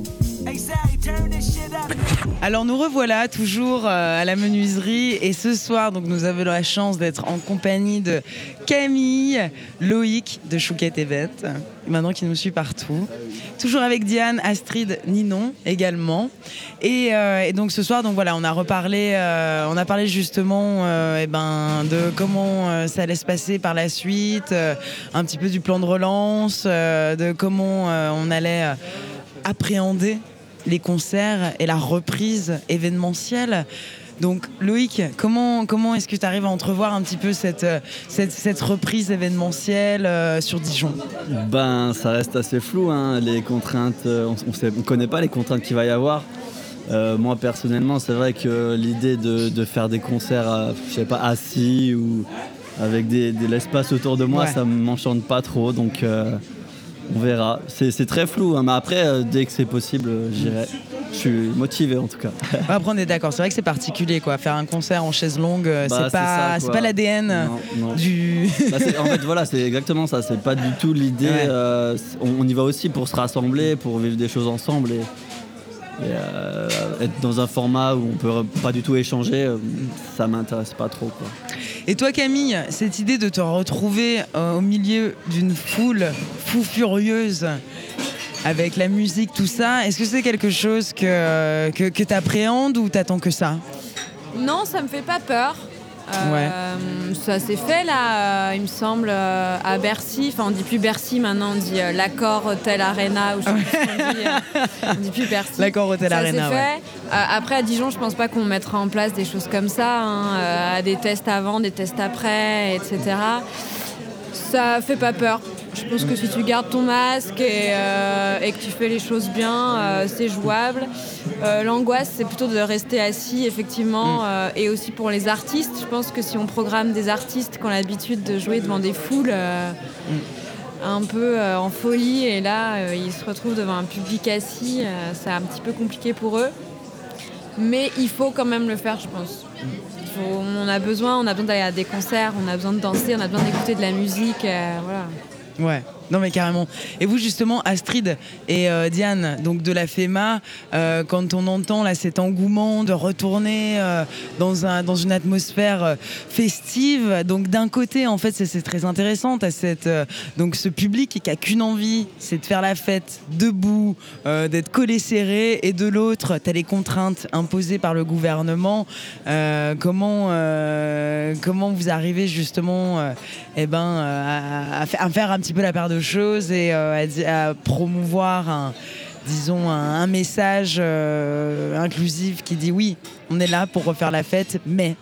Alors nous revoilà toujours euh, à la menuiserie et ce soir donc nous avons la chance d'être en compagnie de Camille, Loïc de Chouquette Event, maintenant qui nous suit partout. Toujours avec Diane, Astrid, Ninon également. Et, euh, et donc ce soir donc voilà on a reparlé, euh, on a parlé justement euh, et ben de comment euh, ça allait se passer par la suite, euh, un petit peu du plan de relance, euh, de comment euh, on allait euh, appréhender les concerts et la reprise événementielle. Donc Loïc, comment, comment est-ce que tu arrives à entrevoir un petit peu cette, cette, cette reprise événementielle euh, sur Dijon ? Ben, ça reste assez flou, hein. Les contraintes, on ne connaît pas les contraintes qu'il va y avoir. Euh, moi personnellement, c'est vrai que l'idée de, de faire des concerts, euh, je sais pas, assis ou avec des, de l'espace autour de moi, ouais. Ça ne m'enchante pas trop, donc euh, on verra. C'est, c'est très flou, hein, mais après, euh, dès que c'est possible, euh, j'irai. Je suis motivé en tout cas. Après on est d'accord, c'est vrai que c'est particulier quoi. Faire un concert en chaise longue, bah, c'est, c'est, pas, ça, c'est pas l'A D N non, non. du... bah, c'est, en fait voilà, c'est exactement ça, c'est pas du tout l'idée. Ouais. Euh, on, on y va aussi pour se rassembler, pour vivre des choses ensemble et, et euh, être dans un format où on peut pas du tout échanger, euh, ça m'intéresse pas trop quoi. Et toi Camille, cette idée de te retrouver euh, au milieu d'une foule fou furieuse avec la musique, tout ça, est-ce que c'est quelque chose que, que, que tu appréhendes ou t'attends que ça ? Non, ça me fait pas peur. Euh, ouais. Ça s'est fait là, euh, il me semble, euh, à Bercy. Enfin, on dit plus Bercy maintenant, on dit euh, l'Accor Hotel Arena. Ou je sais plus ce qu'on dit, euh, on dit plus Bercy. L'Accor Hotel ça Arena, s'est fait. Ouais. Euh, après, à Dijon, je pense pas qu'on mettra en place des choses comme ça, hein, euh, des tests avant, des tests après, et cetera. Ça fait pas peur. Je pense que si tu gardes ton masque et, euh, et que tu fais les choses bien, euh, c'est jouable. Euh, l'angoisse, c'est plutôt de rester assis, effectivement. Euh, et aussi pour les artistes, je pense que si on programme des artistes qui ont l'habitude de jouer devant des foules euh, un peu euh, en folie, et là, euh, ils se retrouvent devant un public assis, euh, c'est un petit peu compliqué pour eux. Mais il faut quand même le faire, je pense. Il faut, on a besoin, on a besoin d'aller à des concerts, on a besoin de danser, on a besoin d'écouter de la musique, euh, voilà. Ouais, non mais carrément. Et vous justement, Astrid et euh, Diane, donc de la FEMA, euh, quand on entend là cet engouement de retourner euh, dans un dans une atmosphère euh, festive, donc d'un côté en fait c'est, c'est très intéressant, t'as cette euh, donc ce public qui a qu'une envie, c'est de faire la fête debout, euh, d'être collé serré, et de l'autre t'as les contraintes imposées par le gouvernement. Euh, comment euh, comment vous arrivez justement euh, eh ben euh, à, à, faire, à faire un petit peu la part de choses et euh, à, à promouvoir un, disons un, un message euh, inclusif qui dit oui, on est là pour refaire la fête, mais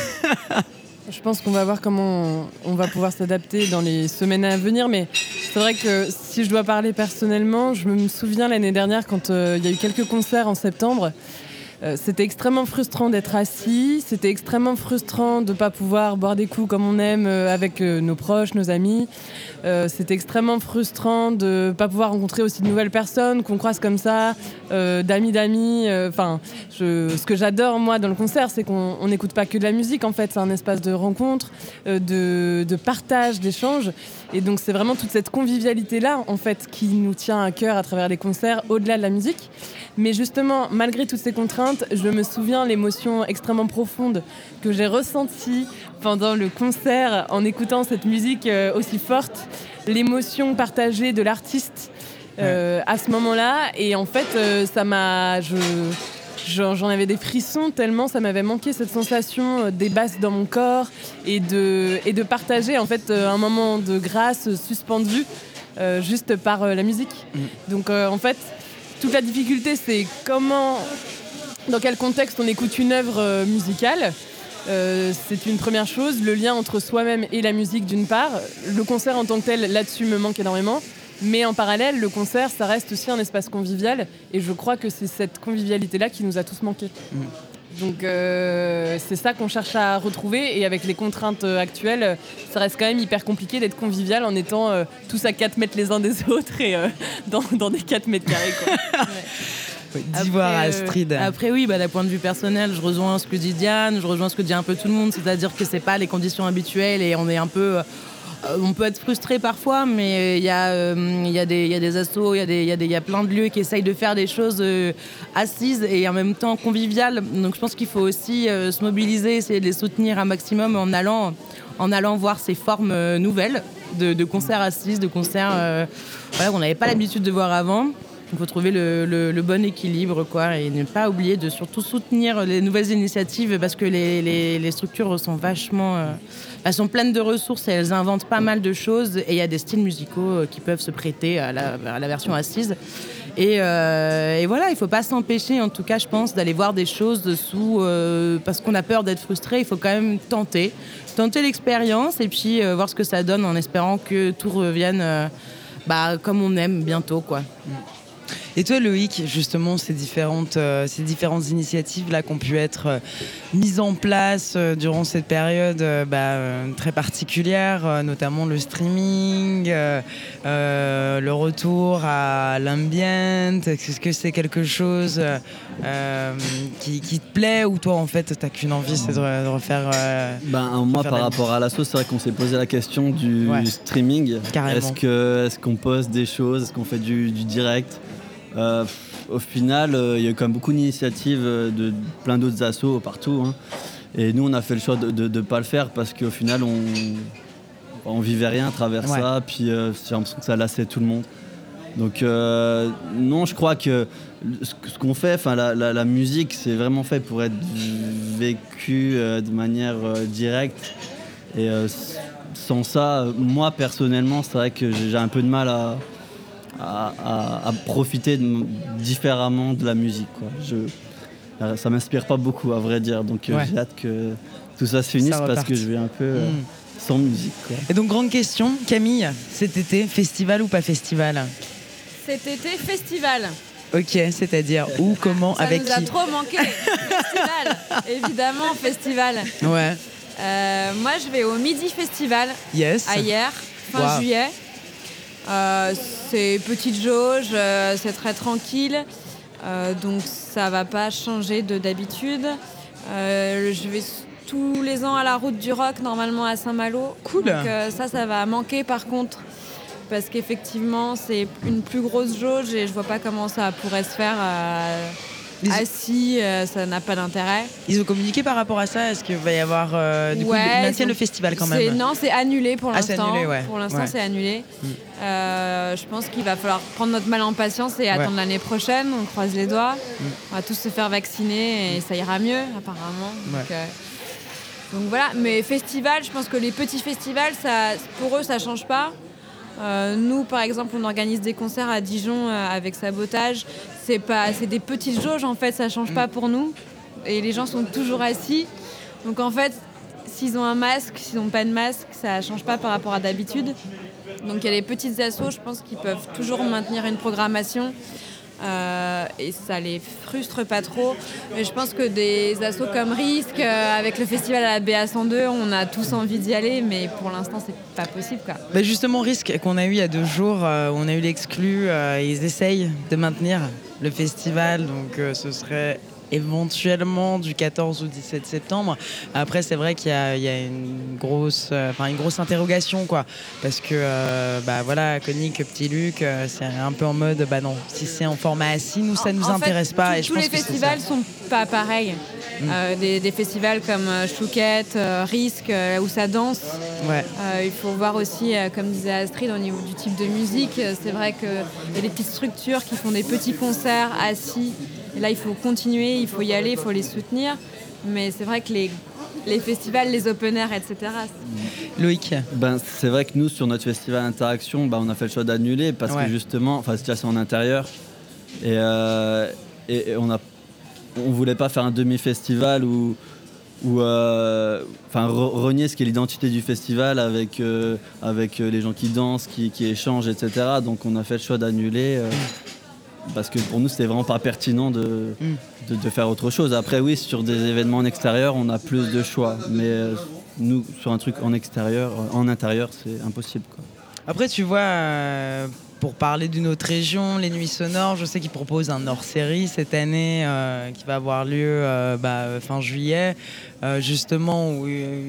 je pense qu'on va voir comment on, on va pouvoir s'adapter dans les semaines à venir, mais c'est vrai que si je dois parler personnellement, je me souviens l'année dernière quand euh, il y a eu quelques concerts en septembre. Euh, c'était extrêmement frustrant d'être assis, c'était extrêmement frustrant de ne pas pouvoir boire des coups comme on aime euh, avec euh, nos proches, nos amis. Euh, c'était extrêmement frustrant de ne pas pouvoir rencontrer aussi de nouvelles personnes qu'on croise comme ça, euh, d'amis d'amis. Enfin, euh, ce que j'adore moi dans le concert, c'est qu'on n'écoute pas que de la musique en fait, c'est un espace de rencontre, euh, de, de partage, d'échange. Et donc c'est vraiment toute cette convivialité-là en fait qui nous tient à cœur à travers les concerts, au-delà de la musique. Mais justement, malgré toutes ces contraintes, je me souviens l'émotion extrêmement profonde que j'ai ressentie pendant le concert en écoutant cette musique euh, aussi forte, l'émotion partagée de l'artiste euh, à ce moment-là. Et en fait, euh, ça m'a... Je, j'en, j'en avais des frissons tellement ça m'avait manqué cette sensation euh, des basses dans mon corps et de, et de partager en fait euh, un moment de grâce suspendu euh, juste par euh, la musique. Mmh. Donc euh, en fait, toute la difficulté, c'est comment, dans quel contexte on écoute une œuvre euh, musicale. Euh, c'est une première chose, le lien entre soi-même et la musique d'une part. Le concert en tant que tel, là-dessus, me manque énormément. Mais en parallèle, le concert, ça reste aussi un espace convivial. Et je crois que c'est cette convivialité-là qui nous a tous manqué. Mmh. Donc euh, c'est ça qu'on cherche à retrouver. Et avec les contraintes actuelles, ça reste quand même hyper compliqué d'être convivial en étant euh, tous à quatre mètres les uns des autres et euh, dans, dans des quatre mètres carrés, quoi. Ouais. D'Ivoire à Astrid. Euh, après oui, bah, d'un point de vue personnel, je rejoins ce que dit Diane, je rejoins ce que dit un peu tout le monde, c'est-à-dire que c'est pas les conditions habituelles et on est un peu on peut être frustré parfois, mais il y, euh, y, y a des assos, il y, y, y a plein de lieux qui essayent de faire des choses euh, assises et en même temps conviviales. Donc je pense qu'il faut aussi euh, se mobiliser, essayer de les soutenir un maximum en allant, en allant voir ces formes euh, nouvelles de, de concerts assises, de concerts euh, voilà, qu'on n'avait pas l'habitude de voir avant. Il faut trouver le, le, le bon équilibre, quoi, et ne pas oublier de surtout soutenir les nouvelles initiatives parce que les, les, les structures sont vachement... Euh, elles sont pleines de ressources et elles inventent pas mal de choses et il y a des styles musicaux qui peuvent se prêter à la, à la version assise. Et, euh, et voilà, il ne faut pas s'empêcher, en tout cas, je pense, d'aller voir des choses sous... Euh, parce qu'on a peur d'être frustré, il faut quand même tenter. Tenter l'expérience et puis euh, voir ce que ça donne en espérant que tout revienne euh, bah, comme on aime bientôt, quoi. Et toi, Loïc, justement, ces différentes, euh, ces différentes initiatives-là qui ont pu être euh, mises en place euh, durant cette période euh, bah, euh, très particulière, euh, notamment le streaming, euh, euh, le retour à l'ambient, est-ce que c'est quelque chose euh, qui, qui te plaît ou toi, en fait, t'as qu'une envie, c'est de, de refaire... Euh, ben, moi, par rapport à l'asso, c'est vrai qu'on s'est posé la question du ouais. streaming. Carrément. Est-ce que, est-ce qu'on poste des choses, est-ce qu'on fait du, du direct? Euh, au final, il euh, y a eu quand même beaucoup d'initiatives de, de plein d'autres assos partout. Hein. Et nous, on a fait le choix de ne pas le faire parce qu'au final, on, on vivait rien à travers ouais. ça. Puis euh, j'ai l'impression que ça lassait tout le monde. Donc euh, non, je crois que ce, ce qu'on fait, la, la, la musique, c'est vraiment fait pour être vécu euh, de manière euh, directe. Et euh, sans ça, moi personnellement, c'est vrai que j'ai un peu de mal à... À, à, à profiter de, différemment de la musique, quoi. Je, ça m'inspire pas beaucoup, à vrai dire. Donc ouais. j'ai hâte que tout ça se finisse ça parce que je vais un peu euh, mmh. sans musique, quoi. Et donc grande question, Camille, cet été, festival ou pas festival? Cet été, festival. Ok, c'est-à-dire où, comment, ça avec qui? Ça qui? nous a trop manqué. Festival, évidemment, festival. Ouais. Euh, moi, je vais au Midi Festival. Yes. À hier, fin wow. juillet. Euh, c'est petite jauge, euh, c'est très tranquille, euh, donc ça va pas changer de d'habitude. Euh, je vais tous les ans à la Route du Rock, normalement à Saint-Malo. Cool. Donc euh, ça, ça va manquer par contre, parce qu'effectivement c'est une plus grosse jauge et je vois pas comment ça pourrait se faire euh, assis, euh, ça n'a pas d'intérêt. Ils ont communiqué par rapport à ça? Est-ce qu'il va y avoir euh, du ouais, coup, ils maintiennent le festival quand même? Non, c'est annulé pour ah, l'instant. C'est annulé, ouais. Pour l'instant, ouais. c'est annulé. Mm. Euh, je pense qu'il va falloir prendre notre mal en patience et attendre ouais. l'année prochaine. On croise les doigts. Mm. On va tous se faire vacciner et ça ira mieux, apparemment. Ouais. Donc, euh, donc voilà. Mais festival, je pense que les petits festivals, ça, pour eux, ça change pas. Euh, nous, par exemple, on organise des concerts à Dijon euh, avec Sabotage. C'est pas, c'est des petites jauges, en fait, ça change mm. pas pour nous. Et les gens sont toujours assis. Donc en fait, s'ils ont un masque, s'ils n'ont pas de masque, ça change pas par rapport à d'habitude. Donc il y a les petites assos, je pense qu'ils peuvent toujours maintenir une programmation. Euh, et ça les frustre pas trop. Mais je pense que des assos comme Risque, euh, avec le festival à la B A cent deux, on a tous envie d'y aller, mais pour l'instant c'est pas possible, quoi. Bah justement, Risque qu'on a eu il y a deux jours, euh, on a eu l'exclu, euh, ils essayent de maintenir le festival, donc euh, ce serait éventuellement du quatorze au dix-sept septembre. Après, c'est vrai qu'il y a, il y a une grosse, euh, enfin une grosse interrogation, quoi, parce que euh, bah voilà, Conic, Petit Luc, euh, c'est un peu en mode, bah non, si c'est en format assis, nous ça en, nous en intéresse fait, pas. Tout, et je tous pense les que festivals sont pas pareils. Mmh. Euh, des, des festivals comme euh, Chouquette, euh, Risque, euh, où ça danse. Ouais. Euh, il faut voir aussi, euh, comme disait Astrid, au niveau du type de musique. Euh, c'est vrai qu'il y a des petites structures qui font des petits concerts assis. Et là, il faut continuer, il faut y aller, il faut les soutenir. Mais c'est vrai que les, les festivals, les open air, et cetera. Loïc, ben, c'est vrai que nous, sur notre festival Interaction, ben, on a fait le choix d'annuler parce ouais. que justement, enfin, c'était en intérieur. Et, euh, et, et on a on voulait pas faire un demi-festival ou ou euh, enfin renier ce qui est l'identité du festival avec euh, avec les gens qui dansent, qui, qui échangent, et cetera. Donc on a fait le choix d'annuler euh, parce que pour nous c'était vraiment pas pertinent de, de de faire autre chose. Après oui, sur des événements en extérieur, on a plus de choix, mais euh, nous sur un truc en extérieur, en intérieur, c'est impossible, quoi. Après tu vois. Euh... Pour parler d'une autre région, les Nuits Sonores, je sais qu'ils proposent un hors-série cette année euh, qui va avoir lieu euh, bah, fin juillet, euh, justement où euh,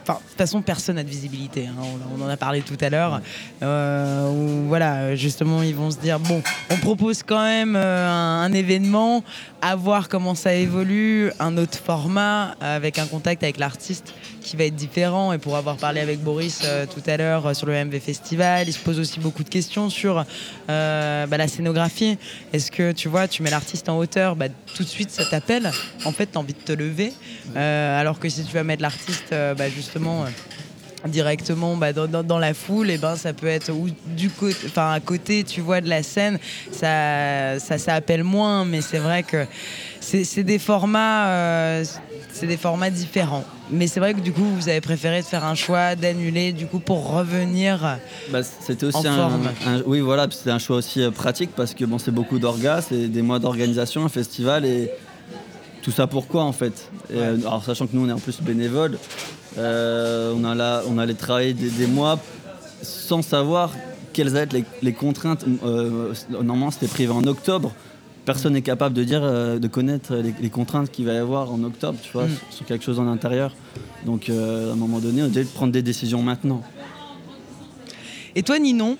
Enfin, de toute façon, personne n'a de visibilité. Hein. On, on en a parlé tout à l'heure. Euh, où, voilà, justement, ils vont se dire bon, on propose quand même euh, un, un événement, à voir comment ça évolue, un autre format avec un contact avec l'artiste qui va être différent. Et pour avoir parlé avec Boris euh, tout à l'heure euh, sur le M V Festival, il se pose aussi beaucoup de questions sur euh, bah, la scénographie. Est-ce que tu vois, tu mets l'artiste en hauteur, bah, tout de suite ça t'appelle. En fait, t'as envie de te lever. Euh, alors que si tu vas mettre l'artiste, euh, bah, justement euh, directement bah, dans, dans, dans la foule, et ben ça peut être ou du côté, enfin à côté, tu vois, de la scène, ça, ça, ça appelle moins, mais c'est vrai que c'est, c'est des formats, euh, c'est des formats différents. Mais c'est vrai que du coup, vous avez préféré de faire un choix d'annuler, du coup, pour revenir. Bah, c'était aussi en un, forme. un, oui, voilà, c'était un choix aussi euh, pratique parce que bon, c'est beaucoup d'orgas, c'est des mois d'organisation, un festival et tout ça pourquoi en fait. Et, euh, alors sachant que nous on est en plus bénévoles, euh, on, a là, on allait travailler des, des mois sans savoir quelles allaient être les, les contraintes. Euh, normalement c'était prévu en octobre. Personne n'est capable de dire, euh, de connaître les, les contraintes qu'il va y avoir en octobre, tu vois, mm. sur, sur quelque chose en intérieur. Donc euh, à un moment donné, on devait prendre des décisions maintenant. Et toi, Ninon?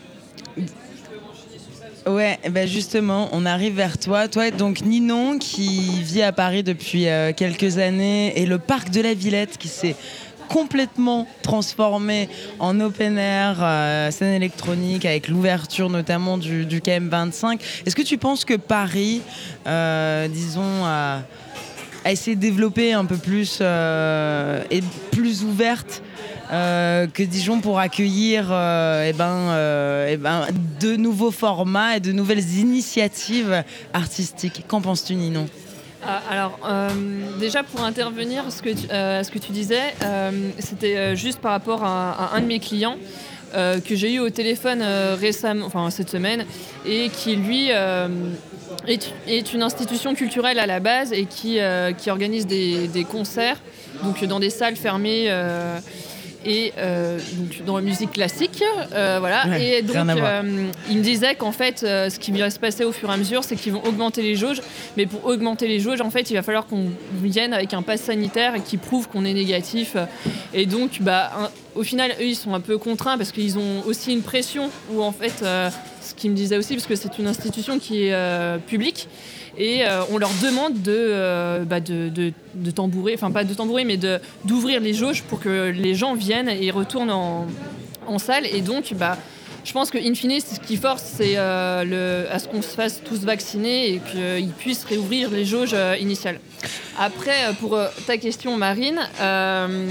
Ouais, ben justement, on arrive vers toi. Toi, donc Ninon, qui vit à Paris depuis euh, quelques années, et le parc de la Villette qui s'est complètement transformé en open air, euh, scène électronique, avec l'ouverture notamment du, du K M vingt-cinq. Est-ce que tu penses que Paris, euh, disons, a, a essayé de développer un peu plus euh, et plus ouverte Euh, que Dijon pour accueillir euh, eh ben, euh, eh ben, de nouveaux formats et de nouvelles initiatives artistiques? Qu'en penses-tu, Ninon? Ah, alors, euh, déjà pour intervenir à ce que tu, euh, à ce que tu disais, euh, c'était euh, juste par rapport à, à un de mes clients euh, que j'ai eu au téléphone euh, récemment, enfin cette semaine, et qui lui euh, est, est une institution culturelle à la base et qui, euh, qui organise des, des concerts donc dans des salles fermées. Euh, et euh, donc dans la musique classique, euh, voilà. Ouais, et donc euh, il me disait qu'en fait, euh, ce qui va se passer au fur et à mesure, c'est qu'ils vont augmenter les jauges. Mais pour augmenter les jauges, en fait, il va falloir qu'on vienne avec un pass sanitaire qui prouve qu'on est négatif. Et donc, bah, un, au final, eux, ils sont un peu contraints parce qu'ils ont aussi une pression. Où en fait, euh, ce qu'il me disait aussi, parce que c'est une institution qui est euh, publique. Et euh, on leur demande de, euh, bah de, de, de tambourer, enfin pas de tambourer, mais de, d'ouvrir les jauges pour que les gens viennent et retournent en, en salle. Et donc, bah, je pense qu'in fine, ce qui force, c'est euh, le, à ce qu'on se fasse tous vacciner et qu'ils puissent réouvrir les jauges euh, initiales. Après, pour euh, ta question, Marine, euh,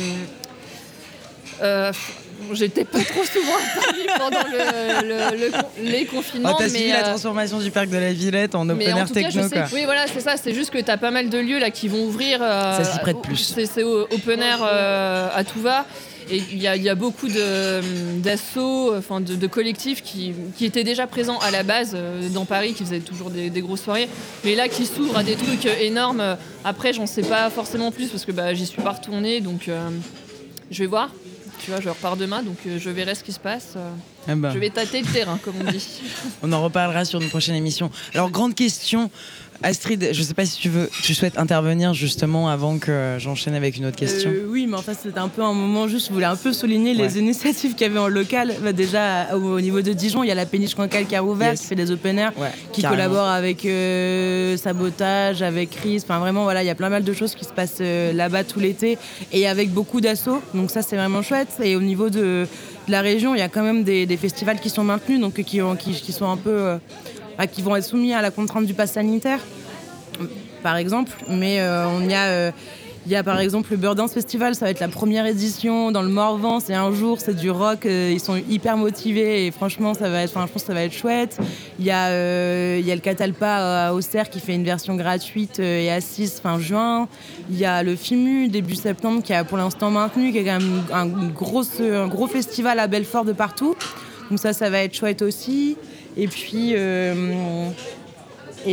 euh, j'étais pas trop souvent à Paris pendant le, le, le, les confinements. Oh, t'as mais suivi euh, la transformation du parc de la Villette en open air techno, quoi. Oui, voilà, c'est ça. C'est juste que t'as pas mal de lieux là qui vont ouvrir. Euh, ça s'y prête plus. C'est, c'est open air euh, à tout va. Et il y, y a beaucoup de, d'assauts, enfin de, de collectifs qui, qui étaient déjà présents à la base euh, dans Paris, qui faisaient toujours des, des grosses soirées, mais là qui s'ouvrent à des trucs énormes. Après, j'en sais pas forcément plus parce que bah, j'y suis pas retournée, donc euh, je vais voir. Tu vois, je repars demain, donc euh, je verrai ce qui se passe. Euh, ah bah. Je vais tâter le terrain, comme on dit. On en reparlera sur une prochaine émission. Alors, grande question. Astrid, je ne sais pas si tu veux, tu souhaites intervenir justement avant que j'enchaîne avec une autre question. Euh, oui, mais en fait, c'était un peu un moment juste, je voulais un peu souligner ouais. les initiatives qu'il y avait en local. Bah, déjà, au, au niveau de Dijon, il y a la péniche Cancale qui a ouvert, yes. qui fait des open air, ouais, qui carrément. collabore avec euh, Sabotage, avec Chris. Enfin, vraiment, voilà, il y a plein mal de choses qui se passent euh, là-bas tout l'été et avec beaucoup d'assauts. Donc ça, c'est vraiment chouette. Et au niveau de, de la région, il y a quand même des, des festivals qui sont maintenus, donc qui, ont, qui, qui sont un peu, euh, bah, qui vont être soumis à la contrainte du pass sanitaire. Par exemple, mais euh, on y a, euh, il y a par exemple le Bird Dance Festival, ça va être la première édition dans le Morvan, c'est un jour, c'est du rock, euh, ils sont hyper motivés et franchement ça va être, enfin je pense que ça va être chouette. Il y a, euh, il y a le Catalpa à Auxerre qui fait une version gratuite euh, et assise fin juin. Il y a le FIMU début septembre qui a pour l'instant maintenu, qui est quand même un gros, un gros festival à Belfort de partout. Donc ça, ça va être chouette aussi. Et puis, euh, et puis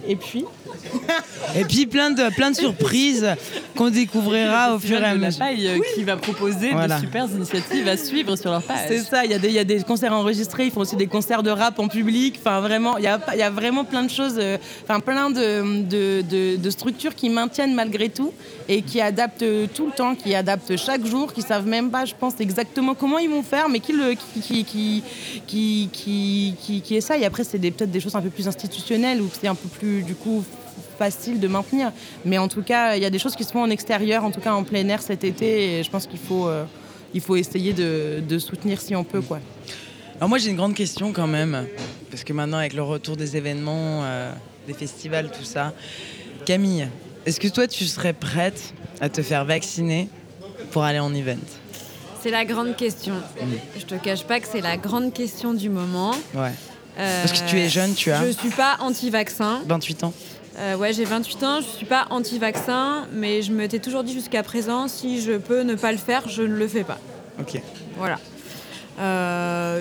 Et puis Et puis plein de, plein de surprises qu'on découvrira au fur et à de la mesure. Paille euh, qui va proposer Voilà. de super initiatives à suivre sur leur page. c'est ça, il y, a des- il y a des concerts enregistrés, ils font aussi des concerts de rap en public. Enfin, vraiment, il y a, il y a vraiment plein de choses, euh, enfin, plein de, de, de, de structures qui maintiennent malgré tout et qui adaptent tout le temps, qui adaptent chaque jour, qui savent même pas, je pense, exactement comment ils vont faire, mais qui, le, qui, qui, qui, qui, qui, qui, qui essayent. Après, c'est des- peut-être des choses un peu plus institutionnelles ou c'est un peu plus, du coup, facile de maintenir. Mais en tout cas, il y a des choses qui se font en extérieur, en tout cas en plein air cet été, et je pense qu'il faut, euh, il faut essayer de, de soutenir si on peut, quoi. Alors moi j'ai une grande question quand même, parce que maintenant avec le retour des événements, euh, des festivals, tout ça. Camille, est-ce que toi tu serais prête à te faire vacciner pour aller en event ? C'est la grande question. Je te cache pas que c'est la grande question du moment. Ouais. Euh, Parce que tu es jeune, tu as Je suis pas anti-vaccin. vingt-huit ans. Euh, ouais, j'ai vingt-huit ans, je suis pas anti-vaccin, mais je m'étais toujours dit jusqu'à présent, si je peux ne pas le faire, je ne le fais pas. Ok. Voilà. Euh,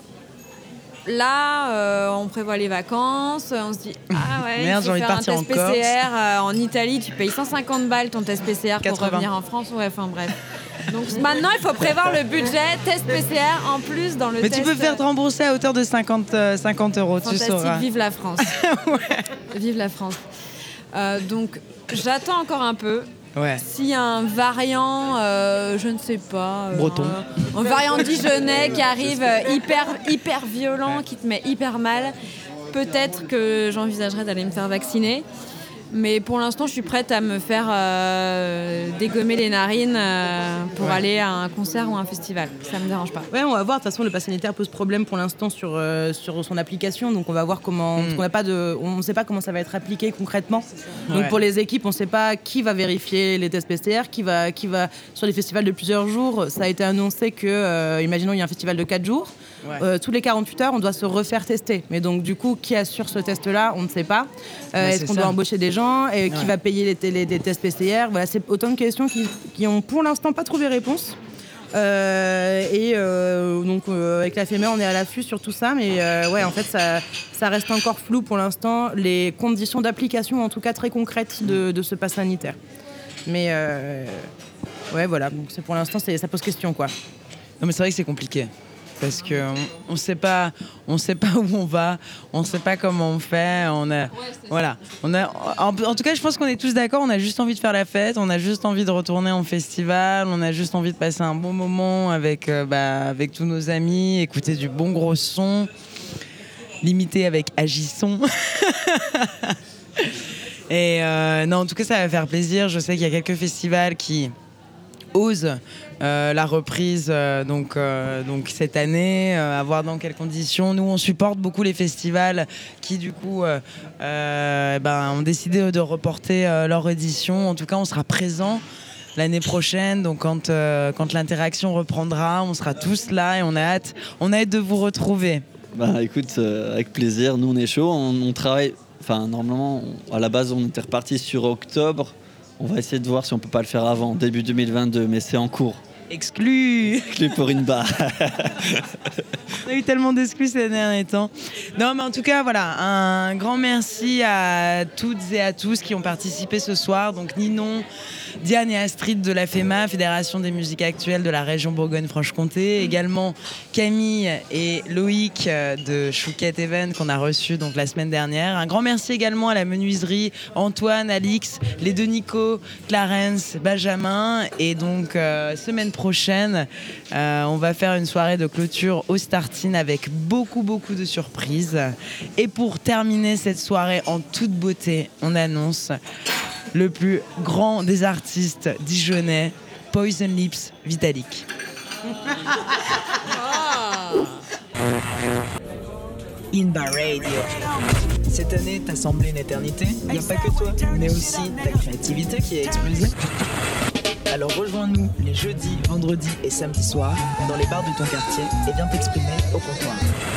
Là, euh, on prévoit les vacances, on se dit ah ouais, Merde, il j'ai faut envie de faire un partir test en P Corse. C R euh, en Italie, tu payes cent cinquante balles ton test P C R pour quatre-vingts. revenir en France. Ouais, enfin bref. Donc maintenant, il faut prévoir le budget test P C R en plus dans le Mais test. tu peux faire te rembourser à hauteur de cinquante, euh, cinquante euros, tu Fantastique, sauras. vive la France. Vive la France. Euh, donc j'attends encore un peu. Ouais. S'il y a un variant, euh, je ne sais pas. euh, Breton. Un, un variant dijonnais qui arrive euh, hyper, hyper violent, qui te met hyper mal, peut-être que j'envisagerais d'aller me faire vacciner. Mais pour l'instant, je suis prête à me faire euh, dégommer les narines euh, pour Ouais. aller à un concert ou un festival. Ça me dérange pas. Ouais, on va voir. De toute façon, le pass sanitaire pose problème pour l'instant sur, euh, sur son application. Donc, on va voir comment. Mm. Parce qu'on n'a pas de, on ne sait pas comment ça va être appliqué concrètement. Donc, Ouais. pour les équipes, on ne sait pas qui va vérifier les tests P C R, qui va, qui va sur les festivals de plusieurs jours. Ça a été annoncé que, euh, imaginons, il y a un festival de quatre jours. Ouais. Euh, tous les quarante-huit heures, on doit se refaire tester. Mais donc, du coup, qui assure ce test-là, on ne sait pas. Euh, Ouais, Est-ce c'est qu'on ça. doit embaucher des gens et qui Ouais. va payer les, télé- les tests P C R? Voilà, c'est autant de questions qui, qui ont pour l'instant pas trouvé réponse. Euh, et euh, donc euh, avec la F E M E, on est à l'affût sur tout ça, mais euh, ouais, en fait, ça, ça reste encore flou pour l'instant, les conditions d'application, en tout cas très concrètes de, de ce pass sanitaire. Mais euh, ouais, voilà, donc c'est pour l'instant, c'est, ça pose question, quoi. Non mais c'est vrai que c'est compliqué. Parce qu'on on sait pas, on sait pas où on va, on sait pas comment on fait, on a, voilà, on a, en, en tout cas, je pense qu'on est tous d'accord. On a juste envie de faire la fête, on a juste envie de retourner en festival, on a juste envie de passer un bon moment avec, euh, bah, avec tous nos amis, écouter du bon gros son, limité avec Agisson. Et euh, non, en tout cas, ça va faire plaisir. Je sais qu'il y a quelques festivals qui osent euh, la reprise euh, donc, euh, donc cette année, euh, à voir dans quelles conditions. Nous, on supporte beaucoup les festivals qui, du coup, euh, euh, ben, ont décidé de reporter euh, leur édition. En tout cas, on sera présents l'année prochaine. Donc, quand, euh, quand l'interaction reprendra, on sera tous là et on a hâte, on a hâte de vous retrouver. Bah écoute, euh, avec plaisir. Nous, on est chaud. On, on travaille. Enfin, normalement, on- à la base, on était reparti sur octobre. On va essayer de voir si on peut pas le faire avant, début deux mille vingt-deux, mais c'est en cours. Exclu. Clé pour une barre. On a eu tellement d'exclus ces derniers temps. Non, mais en tout cas, voilà, un grand merci à toutes et à tous qui ont participé ce soir. Donc Ninon, Diane et Astrid de la F E M A, Fédération des musiques actuelles de la région Bourgogne-Franche-Comté. Également Camille et Loïc euh, de Chouquette Event qu'on a reçus donc la semaine dernière. Un grand merci également à la menuiserie, Antoine, Alix, les deux Nico, Clarence, Benjamin. Et donc, euh, semaine prochaine, euh, on va faire une soirée de clôture au Startin avec beaucoup, beaucoup de surprises. Et pour terminer cette soirée en toute beauté, on annonce le plus grand des artistes dijonnais, Poison Lips Vitalik. Inba Radio. Cette année, t'as semblé une éternité. Il n'y a pas que toi, mais aussi ta créativité qui a explosé. Alors rejoins-nous les jeudis, vendredis et samedis soirs dans les bars de ton quartier et viens t'exprimer au comptoir.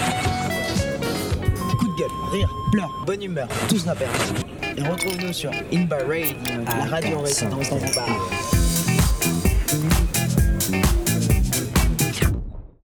Coup de gueule, rire, pleurs, bonne humeur, tout sera permis. Et retrouve-nous sur Inba Radio, la radio en résidence dans vos bars.